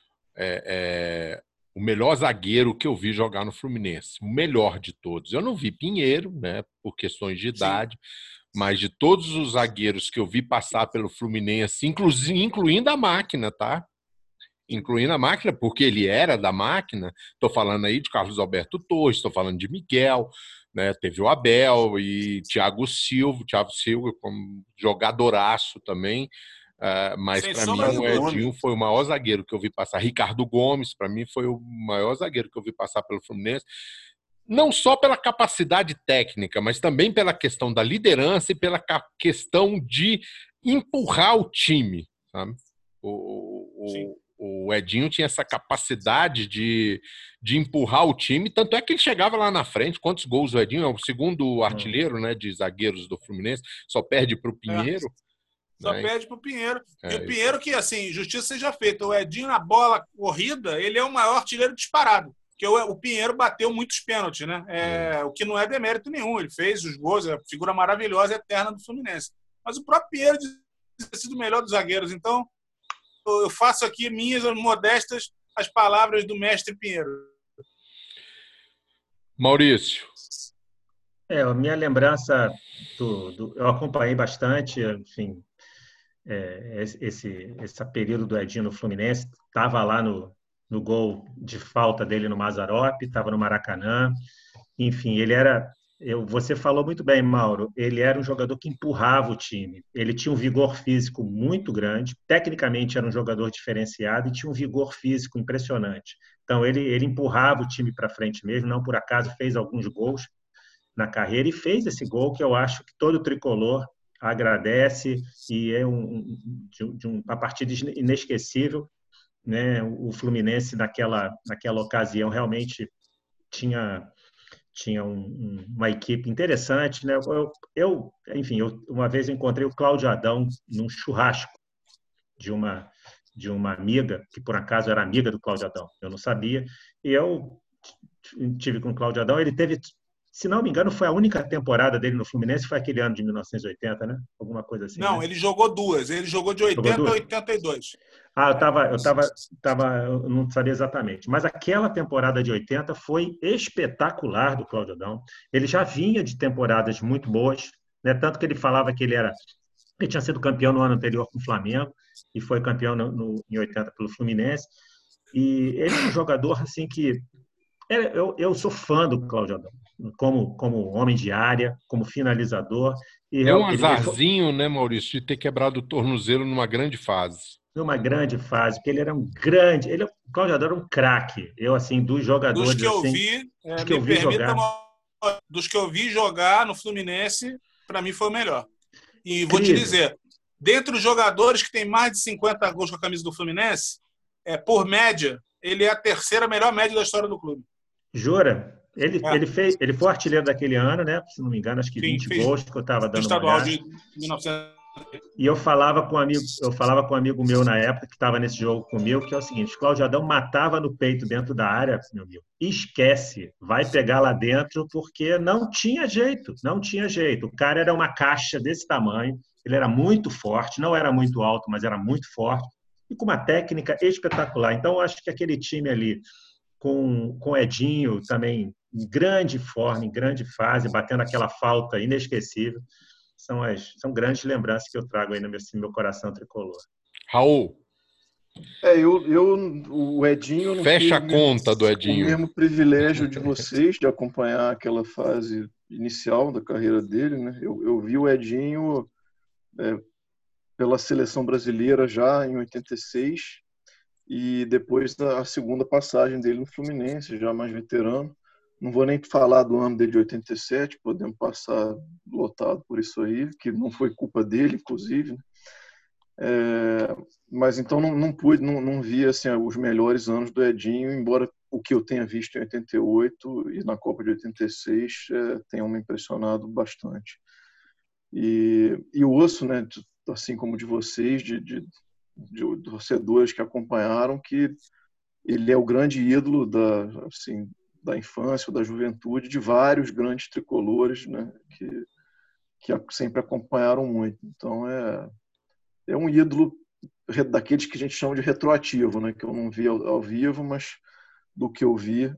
o melhor zagueiro que eu vi jogar no Fluminense. O melhor de todos. Eu não vi Pinheiro, né, por questões de idade, mas de todos os zagueiros que eu vi passar pelo Fluminense, incluindo a máquina, tá? incluindo a máquina, porque ele era da máquina. Estou falando aí de Carlos Alberto Torres, estou falando de Miguel, né? Teve o Abel e Thiago Silva como jogadoraço também. Mas para mim o Edinho foi o maior zagueiro que eu vi passar. Ricardo Gomes, para mim, foi o maior zagueiro que eu vi passar pelo Fluminense. Não só pela capacidade técnica, mas também pela questão da liderança e pela questão de empurrar o time, sabe? O Edinho tinha essa capacidade de empurrar o time, tanto é que ele chegava lá na frente. Quantos gols o Edinho? É o segundo artilheiro, né, de zagueiros do Fluminense, só perde para o Pinheiro. Só perde para o Pinheiro. E o Pinheiro, que, assim, justiça seja feita, o Edinho na bola corrida, ele é o maior artilheiro disparado. Porque o Pinheiro bateu muitos pênaltis, né? O que não é demérito nenhum. Ele fez os gols, é a figura maravilhosa, eterna do Fluminense. Mas o próprio Pinheiro ter sido o melhor dos zagueiros. Então, eu faço aqui minhas modestas as palavras do mestre Pinheiro. Maurício. A minha lembrança, eu acompanhei bastante, enfim, esse período do Edinho no Fluminense. Estava lá no gol de falta dele no Mazzaropi, estava no Maracanã. Enfim, ele era... Você falou muito bem, Mauro. Ele era um jogador que empurrava o time. Ele tinha um vigor físico muito grande. Tecnicamente, era um jogador diferenciado e tinha um vigor físico impressionante. Então, ele empurrava o time para frente mesmo. Não por acaso fez alguns gols na carreira e fez esse gol que eu acho que todo tricolor agradece e é uma partida inesquecível, né? O Fluminense naquela ocasião realmente tinha uma equipe interessante, né? Enfim, uma vez encontrei o Cláudio Adão num churrasco de uma amiga, que por acaso era amiga do Cláudio Adão, eu não sabia, e eu tive com o Cláudio Adão. Ele teve, se não me engano, foi a única temporada dele no Fluminense, foi aquele ano de 1980, né? Alguma coisa assim. Não, né? Ele jogou duas. Ele jogou de 80 a 82. Eu não sabia exatamente. Mas aquela temporada de 80 foi espetacular do Cláudio Adão. Ele já vinha de temporadas muito boas, né? Tanto que ele falava que ele tinha sido campeão no ano anterior com o Flamengo e foi campeão em 80 pelo Fluminense. E ele é um jogador assim que eu sou fã do Cláudio Adão, como homem de área, como finalizador. E Deu um azarzinho, né, Maurício, de ter quebrado o tornozelo numa grande fase. Numa grande fase, porque ele era um grande... o Cláudio Adão era um craque. Eu, assim, dos jogadores... Dos que eu vi, dos que eu vi jogar no Fluminense, para mim foi o melhor. E vou te dizer, dentre os jogadores que tem mais de 50 gols com a camisa do Fluminense, por média, ele é a terceira melhor média da história do clube. Jura? Ele foi artilheiro daquele ano, né? Se não me engano, acho que 20 gols que eu estava dando uma olhada. De 1900. E eu falava com um amigo meu na época que estava nesse jogo comigo, que é o seguinte: Cláudio Adão matava no peito dentro da área, meu amigo. Esquece, vai pegar lá dentro, porque não tinha jeito. O cara era uma caixa desse tamanho, ele era muito forte, não era muito alto, mas era muito forte, e com uma técnica espetacular. Então, eu acho que aquele time ali, com o Edinho também em grande forma, em grande fase, batendo aquela falta inesquecível, são grandes lembranças que eu trago aí no meu coração tricolor. Raul. O Edinho... Não fecha a conta do Edinho. O mesmo privilégio de vocês de acompanhar aquela fase inicial da carreira dele, né? Eu vi o Edinho pela seleção brasileira já em 86 e depois a segunda passagem dele no Fluminense, já mais veterano. Não vou nem falar do ano dele de 87, podemos passar lotado por isso aí, que não foi culpa dele, inclusive, né? Mas então não vi assim, os melhores anos do Edinho, embora o que eu tenha visto em 88 e na Copa de 86 tenha me impressionado bastante. E ouço, né, assim como de vocês, de torcedores que acompanharam, que ele é o grande ídolo da infância, da juventude, de vários grandes tricolores, né, que sempre acompanharam muito. Então, é um ídolo daqueles que a gente chama de retroativo, né, que eu não vi ao vivo, mas do que eu vi,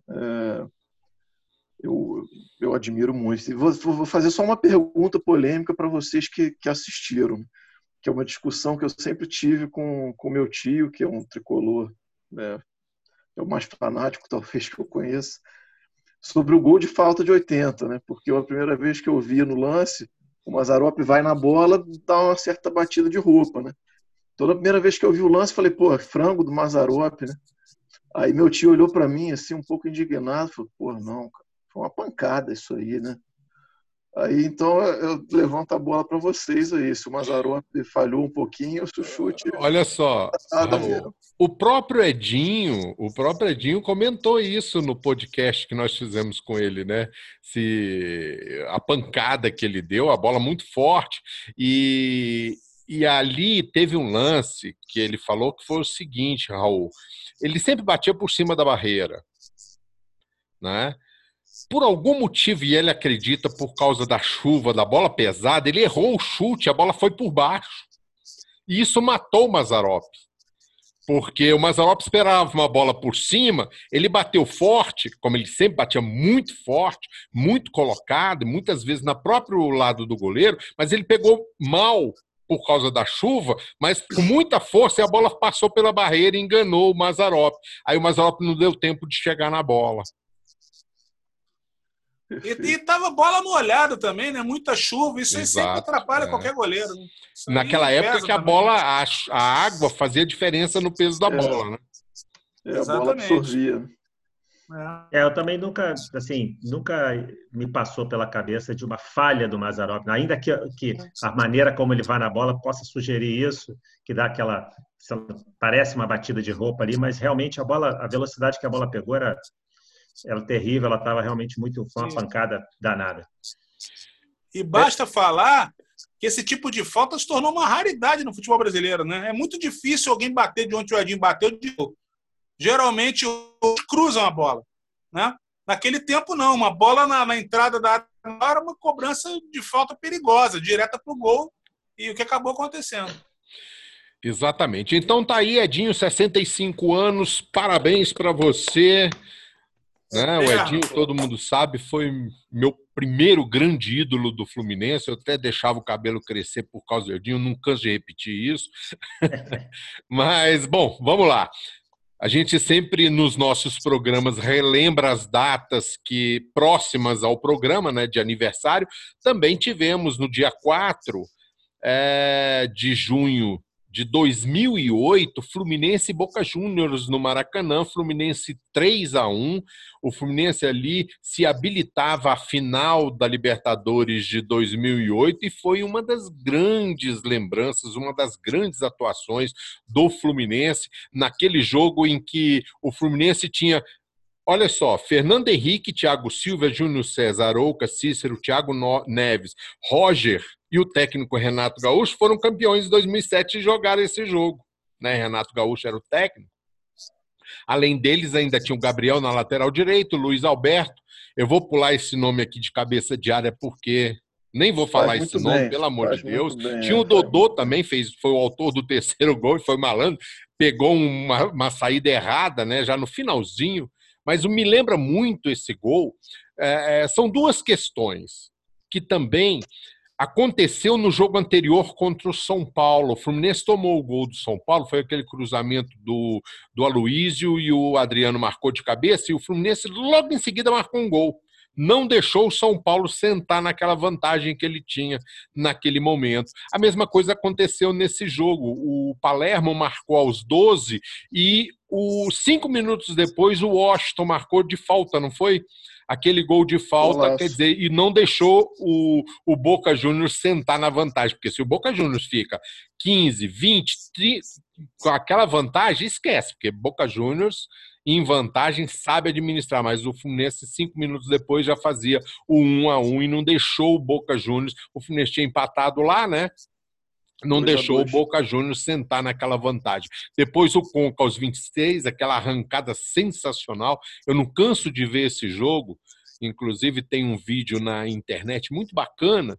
eu admiro muito. E vou fazer só uma pergunta polêmica para vocês que assistiram, que é uma discussão que eu sempre tive com meu tio, que é um tricolor é o mais fanático, talvez, que eu conheço, sobre o gol de falta de 80, né? Porque a primeira vez que eu vi no lance, o Mazzaropi vai na bola, dá uma certa batida de roupa, né? Toda a primeira vez que eu vi o lance, falei, pô, frango do Mazzaropi, né? Aí meu tio olhou para mim, assim, um pouco indignado, falou, pô, não, cara, foi uma pancada isso aí, né? Aí, então, eu levanto a bola para vocês aí. Se o Mazzaropi falhou um pouquinho, se o chute Olha só, nada Raul, mesmo. O próprio Edinho comentou isso no podcast que nós fizemos com ele, né? Se a pancada que ele deu, a bola muito forte, e ali teve um lance que ele falou que foi o seguinte, Raul, ele sempre batia por cima da barreira, né? Por algum motivo, e ele acredita por causa da chuva, da bola pesada, ele errou o chute, a bola foi por baixo. E isso matou o Mazzaropi. Porque o Mazzaropi esperava uma bola por cima, ele bateu forte, como ele sempre batia muito forte, muito colocado, muitas vezes na próprio lado do goleiro, mas ele pegou mal por causa da chuva, mas com muita força, e a bola passou pela barreira e enganou o Mazzaropi. Aí o Mazzaropi não deu tempo de chegar na bola. E tava bola molhada também, né? Muita chuva. Isso aí sempre Exato, atrapalha qualquer goleiro. Né? Naquela época que a também. bola, a água fazia diferença no peso da bola, né? A bola absorvia. Eu também nunca me passou pela cabeça de uma falha do Mazzaropi, ainda que a maneira como ele vai na bola possa sugerir isso, que dá aquela, parece uma batida de roupa ali, mas realmente a velocidade que a bola pegou era terrível, ela estava realmente uma pancada danada. E basta falar que esse tipo de falta se tornou uma raridade no futebol brasileiro, né? É muito difícil alguém bater de onde o Edinho bateu de novo. Geralmente cruzam a bola, né? Naquele tempo não, uma bola na entrada da área era uma cobrança de falta perigosa, direta para o gol, e o que acabou acontecendo. Exatamente. Então tá aí, Edinho, 65 anos, parabéns para você. Né? O Edinho, todo mundo sabe, foi meu primeiro grande ídolo do Fluminense. Eu até deixava o cabelo crescer por causa do Edinho, não canso de repetir isso. Mas, bom, vamos lá. A gente sempre, nos nossos programas, relembra as datas próximas ao programa, né, de aniversário. Também tivemos no dia 4 de junho de 2008, Fluminense e Boca Juniors no Maracanã, Fluminense 3-1. O Fluminense ali se habilitava à final da Libertadores de 2008 e foi uma das grandes lembranças, uma das grandes atuações do Fluminense naquele jogo em que o Fluminense tinha, olha só, Fernando Henrique, Thiago Silva, Júnior César, Arouca, Cícero, Thiago Neves, Roger e o técnico Renato Gaúcho foram campeões em 2007 e jogaram esse jogo. Né? Renato Gaúcho era o técnico. Além deles, ainda tinha o Gabriel na lateral direito, Luiz Alberto. Eu vou pular esse nome aqui de cabeça de área porque nem vou falar esse nome, pelo amor de Deus. Tinha o Dodô também, foi o autor do terceiro gol, foi malandro, pegou uma saída errada, né, já no finalzinho. Mas me lembra muito esse gol. São duas questões que também aconteceu no jogo anterior contra o São Paulo. O Fluminense tomou o gol do São Paulo, foi aquele cruzamento do Aloísio e o Adriano marcou de cabeça e o Fluminense logo em seguida marcou um gol. Não deixou o São Paulo sentar naquela vantagem que ele tinha naquele momento. A mesma coisa aconteceu nesse jogo. O Palermo marcou aos 12 e 5 minutos depois o Washington marcou de falta, não foi? Aquele gol de falta, Golaço. quer dizer, e não deixou o Boca Juniors sentar na vantagem, porque se o Boca Juniors fica 15, 20, 30, com aquela vantagem, esquece, porque Boca Juniors em vantagem sabe administrar, mas o Fluminense 5 minutos depois já fazia o 1-1 e não deixou o Boca Juniors, o Fluminense tinha empatado lá, né? Não deixou o Boca Juniors sentar naquela vantagem. Depois o Conca aos 26, aquela arrancada sensacional. Eu não canso de ver esse jogo. Inclusive tem um vídeo na internet muito bacana,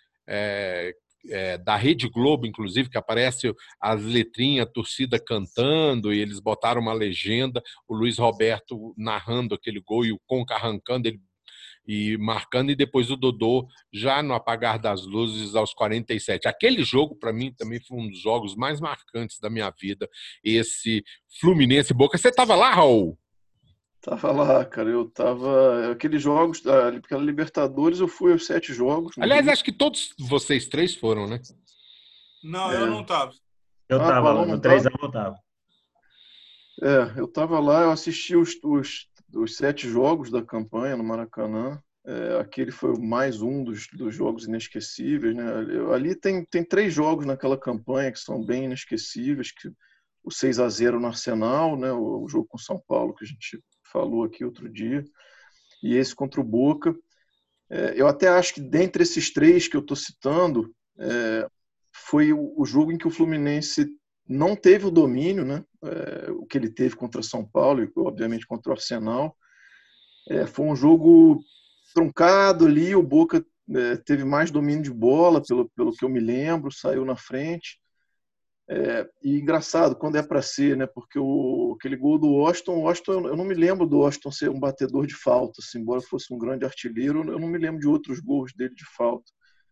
da Rede Globo, inclusive, que aparece as letrinhas, a torcida cantando, e eles botaram uma legenda, o Luiz Roberto narrando aquele gol e o Conca arrancando, e marcando, e depois o Dodô já no apagar das luzes aos 47. Aquele jogo, para mim, também foi um dos jogos mais marcantes da minha vida, esse Fluminense Boca. Você estava lá, Raul? Tava lá, cara. Eu tava. Aqueles jogos, aquela Libertadores, eu fui aos 7 jogos no Aliás, Rio. acho que todos vocês três foram, né? Não, eu não É. estava. Eu Ah, estava lá, Paulão não no 3x1 tava? eu estava. Eu tava lá, eu assisti os 7 jogos da campanha no Maracanã. Aquele foi mais um dos jogos inesquecíveis, né? Ali tem 3 jogos naquela campanha que são bem inesquecíveis, que o 6-0 no Arsenal, né? O jogo com São Paulo que a gente falou aqui outro dia, e esse contra o Boca. Eu até acho que dentre esses 3 que eu estou citando, foi o jogo em que o Fluminense não teve o domínio, né? O que ele teve contra São Paulo e, obviamente, contra o Arsenal. Foi um jogo truncado ali, o Boca teve mais domínio de bola, pelo que eu me lembro, saiu na frente. E engraçado, quando é para ser, né? Porque aquele gol do Washington, eu não me lembro do Washington ser um batedor de falta, assim, embora fosse um grande artilheiro, eu não me lembro de outros gols dele de falta.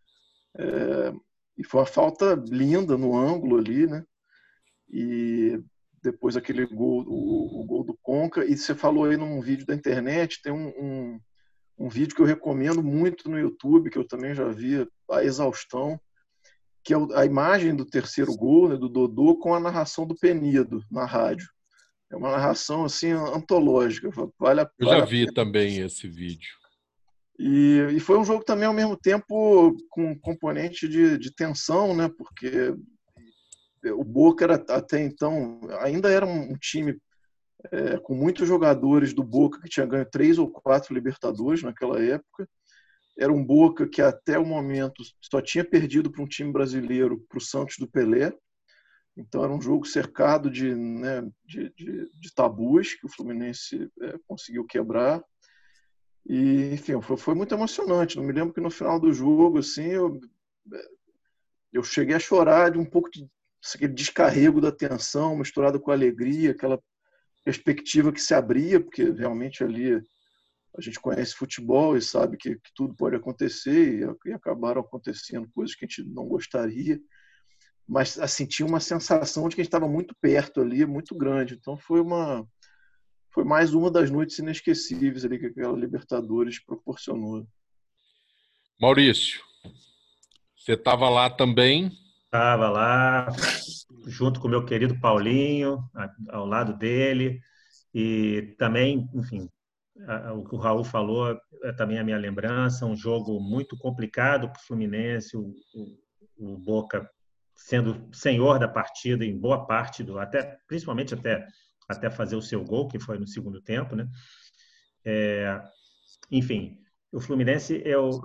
E foi uma falta linda no ângulo ali, né? E depois aquele gol, o gol do Conca. E você falou aí num vídeo da internet, tem um vídeo que eu recomendo muito no YouTube, que eu também já vi a exaustão, que é a imagem do terceiro gol, né, do Dodô, com a narração do Penido na rádio. É uma narração assim antológica, Eu já vale a vi pena. também esse vídeo. E foi um jogo também, ao mesmo tempo, com um componente de tensão, né, porque o Boca era, até então, ainda era um time com muitos jogadores do Boca que tinha ganho 3 ou 4 Libertadores naquela época. Era um Boca que até o momento só tinha perdido para um time brasileiro, para o Santos do Pelé. Então era um jogo cercado de tabus que o Fluminense conseguiu quebrar. E, enfim, foi muito emocionante. Não me lembro que no final do jogo, assim, eu cheguei a chorar de um pouco aquele descarrego da tensão misturado com a alegria, aquela perspectiva que se abria, porque realmente ali a gente conhece futebol e sabe que tudo pode acontecer, e acabaram acontecendo coisas que a gente não gostaria, mas assim, tinha uma sensação de que a gente estava muito perto ali, muito grande. Então foi mais uma das noites inesquecíveis ali que aquela Libertadores proporcionou. Maurício, você estava lá também? Estava lá, junto com o meu querido Paulinho, ao lado dele, e também, enfim, o que o Raul falou é também a minha lembrança, um jogo muito complicado para o Fluminense, o Boca sendo senhor da partida em boa parte principalmente até fazer o seu gol, que foi no segundo tempo, né? Enfim, o Fluminense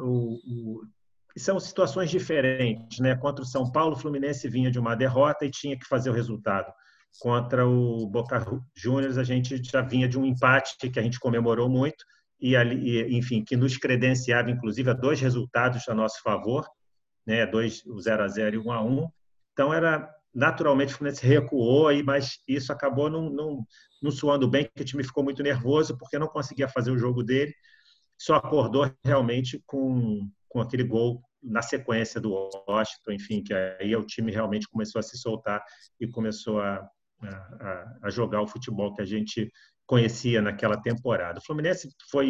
são situações diferentes, né? Contra o São Paulo, o Fluminense vinha de uma derrota e tinha que fazer o resultado. Contra o Boca Juniors, a gente já vinha de um empate que a gente comemorou muito enfim, que nos credenciava, inclusive, a 2 resultados a nosso favor, né? O 0-0 e 1-1. Então, naturalmente, o Fluminense recuou, mas isso acabou não suando bem, porque o time ficou muito nervoso, porque não conseguia fazer o jogo dele, só acordou realmente com aquele gol na sequência do Washington, enfim, que aí o time realmente começou a se soltar e começou a jogar o futebol que a gente conhecia naquela temporada. O Fluminense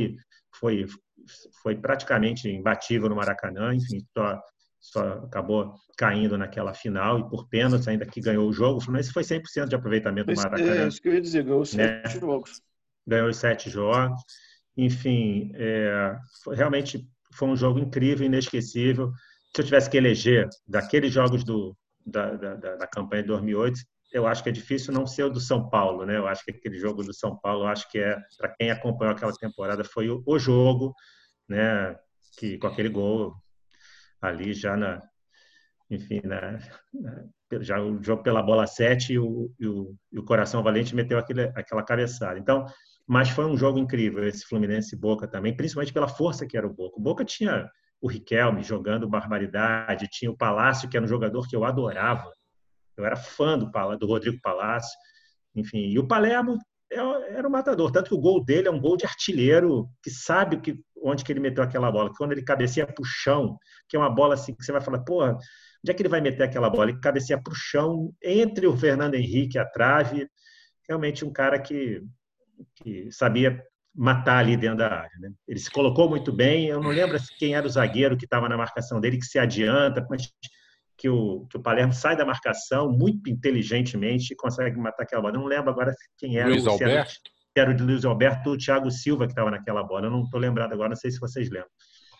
foi praticamente imbatível no Maracanã, enfim, só acabou caindo naquela final e por pênalti, ainda que ganhou o jogo. O Fluminense foi 100% de aproveitamento no Maracanã. Isso que eu ia dizer, ganhou 7 jogos. Ganhou os 7 jogos. Enfim, realmente foi um jogo incrível, inesquecível. Se eu tivesse que eleger daqueles jogos da campanha de 2008, eu acho que é difícil não ser o do São Paulo, né? Eu acho que aquele jogo do São Paulo, acho que para quem acompanhou aquela temporada, foi o jogo, né? Que com aquele gol ali já enfim, já o jogo pela bola 7 e o Coração Valente meteu aquela cabeçada. Então, mas foi um jogo incrível esse Fluminense Boca também, principalmente pela força que era o Boca. O Boca tinha o Riquelme jogando barbaridade, tinha o Palácio, que era um jogador que eu adorava. Eu era fã do Rodrigo Palácio. Enfim, e o Palermo era um matador, tanto que o gol dele é um gol de artilheiro que sabe onde que ele meteu aquela bola. Quando ele cabeceia para o chão, que é uma bola assim que você vai falar, porra, onde é que ele vai meter aquela bola? Ele cabeceia para o chão, entre o Fernando Henrique e a trave. Realmente um cara que sabia matar ali dentro da área, né? Ele se colocou muito bem. Eu não lembro quem era o zagueiro que estava na marcação dele, que se adianta, mas que o Palermo sai da marcação muito inteligentemente e consegue matar aquela bola. Eu não lembro agora quem era. Luiz Alberto? Era o de Luiz Alberto ou o Thiago Silva que estava naquela bola. Eu não estou lembrado agora, não sei se vocês lembram.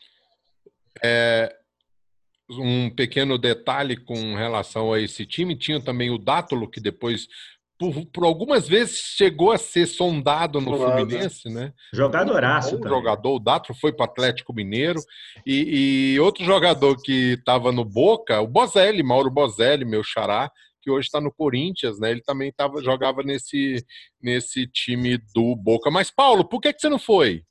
Um pequeno detalhe com relação a esse time, tinha também o Dátulo, que depois, por algumas vezes, chegou a ser sondado no Fluminense, né? Jogadoraço também. Jogador, o Dátulo foi para o Atlético Mineiro, e outro jogador que estava no Boca, o Bozelli, Mauro Bozelli, meu xará, que hoje está no Corinthians, né? Ele também jogava nesse time do Boca. Mas, Paulo, por que você não foi?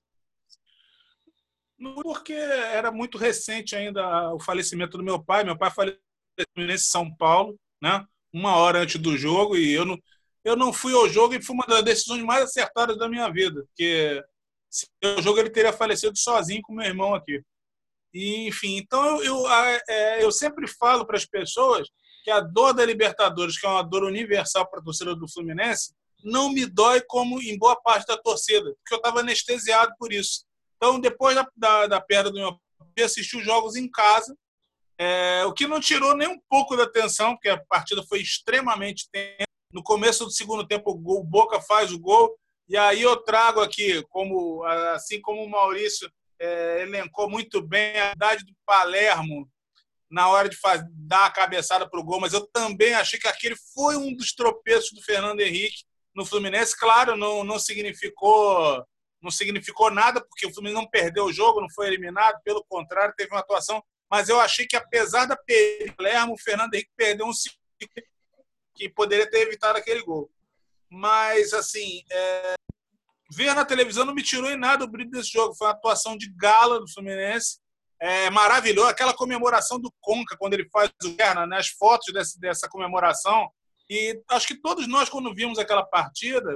Porque era muito recente ainda o falecimento do meu pai. Meu pai faleceu em São Paulo, né? 1 hora antes do jogo, e eu não fui ao jogo, e foi uma das decisões mais acertadas da minha vida, porque se o jogo ele teria falecido sozinho com meu irmão aqui. E, enfim, então eu sempre falo para as pessoas que a dor da Libertadores, que é uma dor universal para a torcida do Fluminense, não me dói como em boa parte da torcida, porque eu estava anestesiado por isso. Então, depois da perda do meu pai, eu assisti os jogos em casa, o que não tirou nem um pouco da atenção, porque a partida foi extremamente tensa. No começo do segundo tempo, o Boca faz o gol, e aí eu trago aqui, assim como o Maurício elencou muito bem a idade do Palermo na hora de dar a cabeçada para o gol, mas eu também achei que aquele foi um dos tropeços do Fernando Henrique no Fluminense. Claro, não significou nada, porque o Fluminense não perdeu o jogo, não foi eliminado, pelo contrário, teve uma atuação, mas eu achei que, apesar da perda do Palermo, o Fernando Henrique perdeu um ciclo que poderia ter evitado aquele gol. Mas, assim, ver na televisão não me tirou em nada o brilho desse jogo. Foi uma atuação de gala do Fluminense, maravilhoso. Aquela comemoração do Conca, quando ele faz o Guerra, né? As fotos dessa comemoração. E acho que todos nós, quando vimos aquela partida,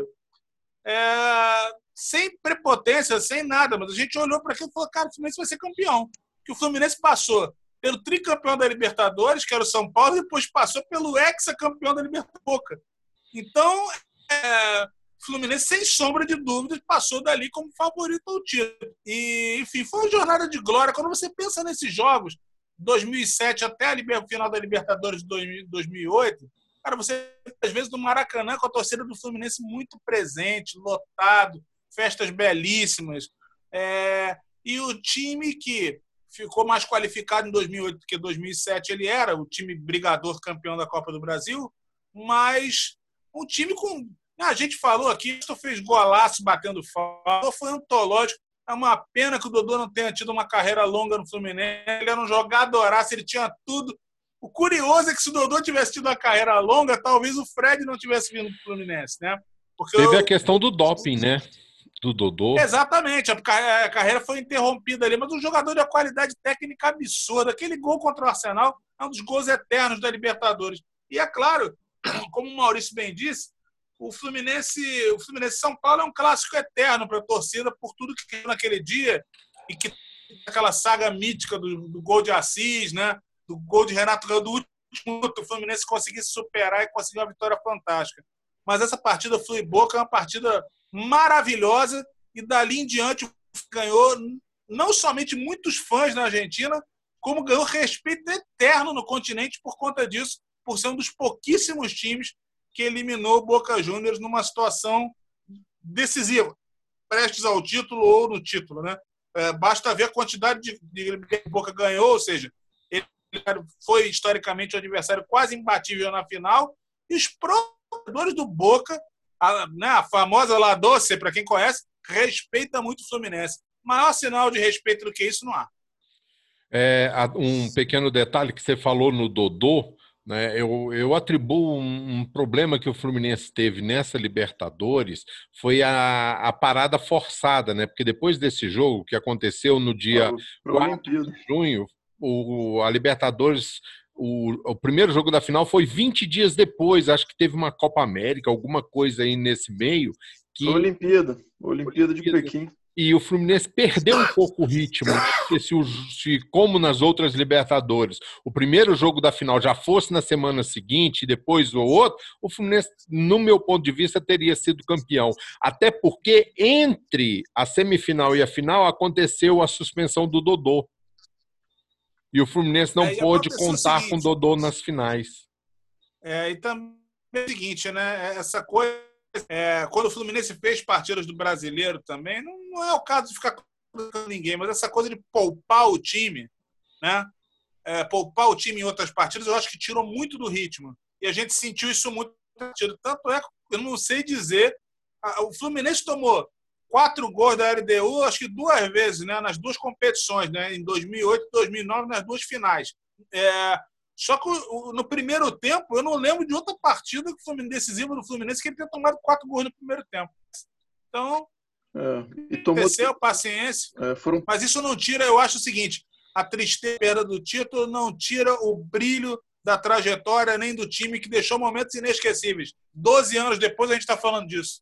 sem prepotência, sem nada, mas a gente olhou para aquilo e falou, cara, o Fluminense vai ser campeão. Que o Fluminense passou pelo tricampeão da Libertadores, que era o São Paulo, e depois passou pelo ex-campeão da Libertadores. Então, o Fluminense, sem sombra de dúvidas, passou dali como favorito ao título. E, enfim, foi uma jornada de glória. Quando você pensa nesses jogos, 2007 até a final da Libertadores de 2008, cara, você, às vezes, no Maracanã, com a torcida do Fluminense muito presente, lotado, festas belíssimas. E o time que ficou mais qualificado em 2008 do que 2007, ele era o time brigador campeão da Copa do Brasil, mas um time com... A gente falou aqui, o fez golaço batendo falta, foi antológico. É uma pena que o Dodô não tenha tido uma carreira longa no Fluminense. Ele era um jogadoraço, ele tinha tudo. O curioso é que se o Dodô tivesse tido uma carreira longa, talvez o Fred não tivesse vindo para o Fluminense, né? Porque teve a questão do doping, né? Do Dodô. Exatamente, a carreira foi interrompida ali, mas um jogador de uma qualidade técnica absurda. Aquele gol contra o Arsenal é um dos gols eternos da Libertadores. E é claro, como o Maurício bem disse, o Fluminense São Paulo é um clássico eterno para a torcida por tudo que caiu naquele dia e que aquela saga mítica do gol de Assis, né? Do gol de Renato Gaúcho, do último minuto, o Fluminense conseguisse superar e conseguir uma vitória fantástica. Mas essa partida Flu-Boca é uma partida maravilhosa, e dali em diante ganhou não somente muitos fãs na Argentina, como ganhou respeito eterno no continente por conta disso, por ser um dos pouquíssimos times que eliminou o Boca Juniors numa situação decisiva, prestes ao título ou no título, né? Basta ver a quantidade de que o Boca ganhou, ou seja, ele foi historicamente o adversário quase imbatível na final, e os jogadores do Boca, a famosa La Doce, para quem conhece, respeita muito o Fluminense. Maior sinal de respeito do que isso não há. Um pequeno detalhe que você falou no Dodô, né? Eu atribuo um problema que o Fluminense teve nessa Libertadores, foi a parada forçada, né? Porque depois desse jogo, que aconteceu no dia 4 de junho, a Libertadores... O primeiro jogo da final foi 20 dias depois, acho que teve uma Copa América, alguma coisa aí nesse meio. Olimpíada de Pequim. E o Fluminense perdeu um pouco o ritmo, né? Porque como nas outras Libertadores, o primeiro jogo da final já fosse na semana seguinte e depois o outro, o Fluminense, no meu ponto de vista, teria sido campeão. Até porque entre a semifinal e a final aconteceu a suspensão do Dodô. E o Fluminense não pôde contar com o Dodô nas finais. E também é o seguinte, né? Essa coisa... quando o Fluminense fez partidas do Brasileiro também, não é o caso de ficar colocando ninguém, mas essa coisa de poupar o time, né? Poupar o time em outras partidas, eu acho que tirou muito do ritmo. E a gente sentiu isso muito. Tanto é que eu não sei dizer. O Fluminense tomou 4 gols da LDU, acho que 2 vezes, né? Nas 2 competições, né? Em 2008 e 2009, nas 2 finais. Só que no primeiro tempo, eu não lembro de outra partida decisiva do Fluminense que ele tenha tomado 4 gols no primeiro tempo. Então, aconteceu, paciência. Mas isso não tira, eu acho o seguinte, a tristeza do título não tira o brilho da trajetória nem do time que deixou momentos inesquecíveis. 12 anos depois a gente está falando disso.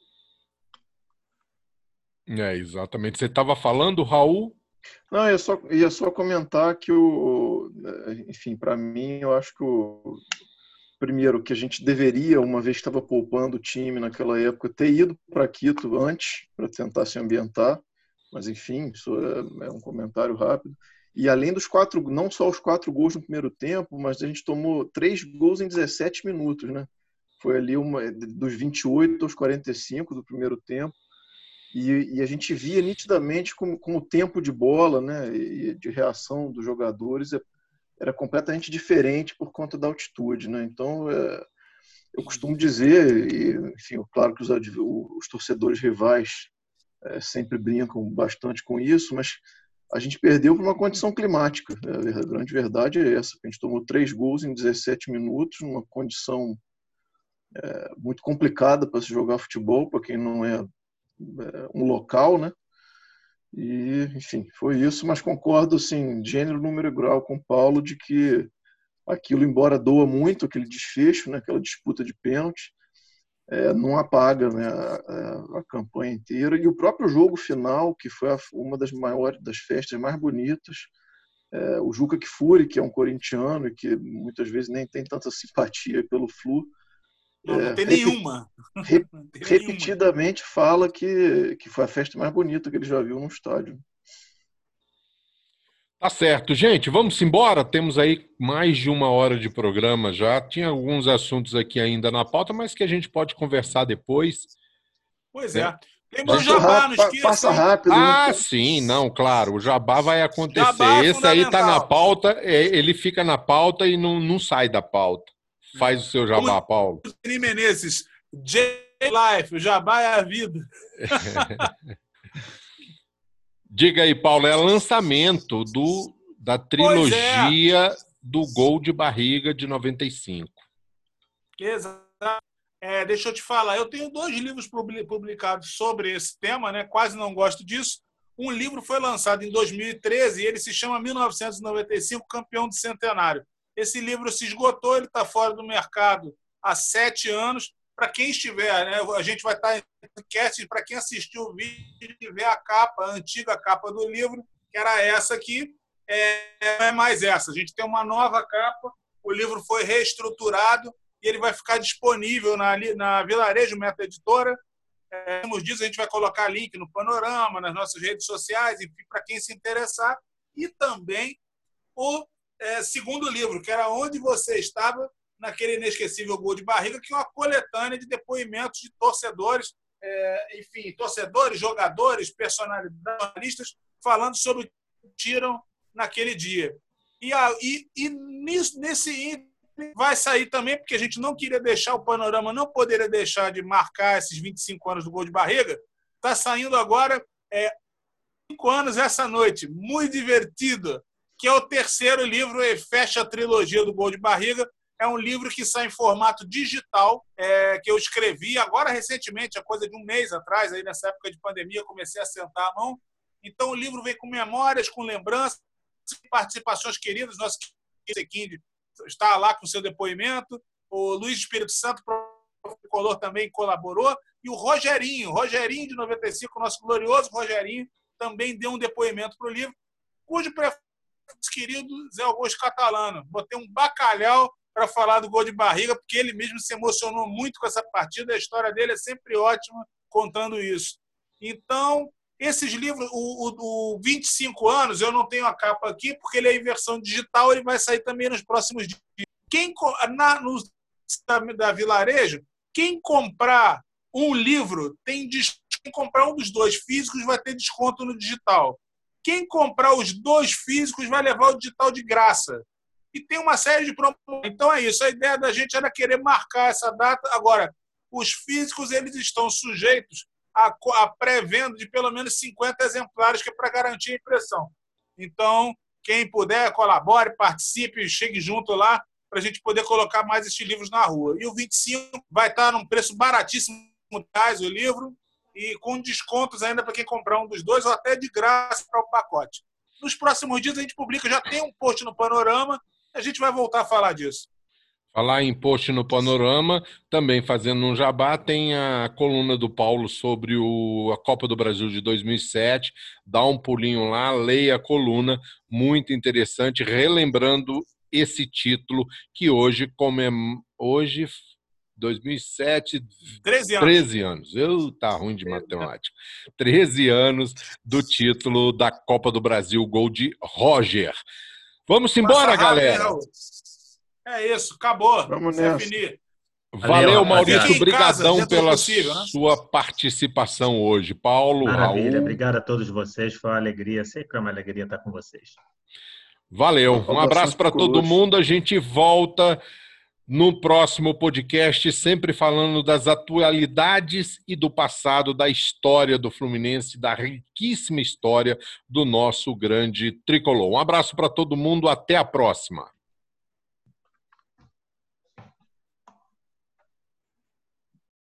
Exatamente. Você estava falando, Raul? Não, ia só comentar que enfim, para mim, eu acho que primeiro que a gente deveria, uma vez que estava poupando o time naquela época, ter ido para Quito antes para tentar se ambientar, mas enfim, isso é um comentário rápido. E além dos 4, não só os 4 gols no primeiro tempo, mas a gente tomou 3 gols em 17 minutos, né? Foi ali dos 28 aos 45 do primeiro tempo. E a gente via nitidamente como o tempo de bola, né, e de reação dos jogadores era completamente diferente por conta da altitude, né? Então, eu costumo dizer, e, enfim, claro que os torcedores rivais sempre brincam bastante com isso, mas a gente perdeu por uma condição climática. A grande verdade é essa. A gente tomou 3 gols em 17 minutos, numa condição muito complicada para se jogar futebol, para quem não é um local, né? E, enfim, foi isso, mas concordo, assim, gênero, número e grau com o Paulo de que aquilo, embora doa muito, aquele desfecho, né, aquela disputa de pênalti, não apaga, né, a campanha inteira. E o próprio jogo final, que foi uma das maiores, das festas mais bonitas, o Juca Kfouri, que é um corintiano e que muitas vezes nem tem tanta simpatia pelo Flu, não tem nenhuma. Repetidamente fala que foi a festa mais bonita que ele já viu no estádio. Tá certo. Gente, vamos embora. Temos aí mais de 1 hora de programa já. Tinha alguns assuntos aqui ainda na pauta, mas que a gente pode conversar depois. Pois né? Tem o Jabá, não esqueça. Passa rápido. Ah, sim, não, claro. O Jabá vai acontecer. Jabá é esse aí tá na fundamental. pauta, ele fica na pauta e não sai da pauta. Faz o seu Jabá, Paulo. Menezes, J-Life, o Jabá é a vida. Diga aí, Paulo, é lançamento da trilogia do Gol de Barriga de 95. Exato. Deixa eu te falar, eu tenho 2 livros publicados sobre esse tema, né? Quase não gosto disso. Um livro foi lançado em 2013 e ele se chama 1995, Campeão do Centenário. Esse livro se esgotou, ele está fora do mercado há 7 anos. Para quem estiver, né, a gente vai estar em podcast, para quem assistiu o vídeo e ver a capa, a antiga capa do livro, que era essa aqui, não é mais essa. A gente tem uma nova capa, o livro foi reestruturado e ele vai ficar disponível na Vilarejo Meta Editora. Nos dias a gente vai colocar link no Panorama, nas nossas redes sociais, enfim, para quem se interessar. E também o segundo livro, que era Onde Você Estava, naquele inesquecível Gol de Barriga, que é uma coletânea de depoimentos de torcedores, enfim, torcedores, jogadores, personalidades, jornalistas, falando sobre o que tiram naquele dia. E nesse vai sair também, porque a gente não queria deixar, o Panorama não poderia deixar de marcar esses 25 anos do Gol de Barriga. Está saindo agora 5 anos essa noite, muito divertido, que é o 3º livro e fecha a trilogia do Gol de Barriga. É um livro que sai em formato digital, que eu escrevi agora recentemente, há coisa de 1 mês atrás, aí nessa época de pandemia, eu comecei a sentar a mão. Então, o livro vem com memórias, com lembranças, participações queridas. Nosso Sequinde está lá com seu depoimento. O Luiz Espírito Santo Tricolor também colaborou, e o Rogerinho de 95, nosso glorioso Rogerinho, também deu um depoimento para o livro, cujo prefácio querido Zé Augusto Catalano. Botei um bacalhau para falar do gol de barriga, porque ele mesmo se emocionou muito com essa partida, a história dele é sempre ótima contando isso. Então, esses livros, o 25 anos, eu não tenho a capa aqui, porque ele é em versão digital, ele vai sair também nos próximos dias. Da Vilarejo, quem comprar um livro tem desconto. Quem comprar um dos dois físicos vai ter desconto no digital. Quem comprar os dois físicos vai levar o digital de graça. E tem uma série de promoções. Então é isso. A ideia da gente era querer marcar essa data. Agora, os físicos eles estão sujeitos a pré-venda de pelo menos 50 exemplares, que é para garantir a impressão. Então, quem puder, colabore, participe, chegue junto lá, para a gente poder colocar mais esses livros na rua. E o 25 vai estar num preço baratíssimo, o livro, e com descontos ainda para quem comprar um dos dois, ou até de graça para o pacote. Nos próximos dias a gente publica, já tem um post no Panorama, a gente vai voltar a falar disso. Falar em post no Panorama, também fazendo um jabá, tem a coluna do Paulo sobre a Copa do Brasil de 2007. Dá um pulinho lá, leia a coluna, muito interessante, relembrando esse título que hoje, 2007, 13 anos. Tá ruim de matemática. 13 anos do título da Copa do Brasil, gol de Roger. Vamos embora, galera! É isso, acabou. Vamos nessa. Valeu, Maurício. Obrigadão pela sua participação hoje. Paulo, Maravilha, Raul. obrigado a todos vocês. Foi uma alegria, sempre é uma alegria estar com vocês. Valeu. Um abraço para todo mundo. A gente volta no próximo podcast, sempre falando das atualidades e do passado, da história do Fluminense, da riquíssima história do nosso grande tricolor. Um abraço para todo mundo. Até a próxima.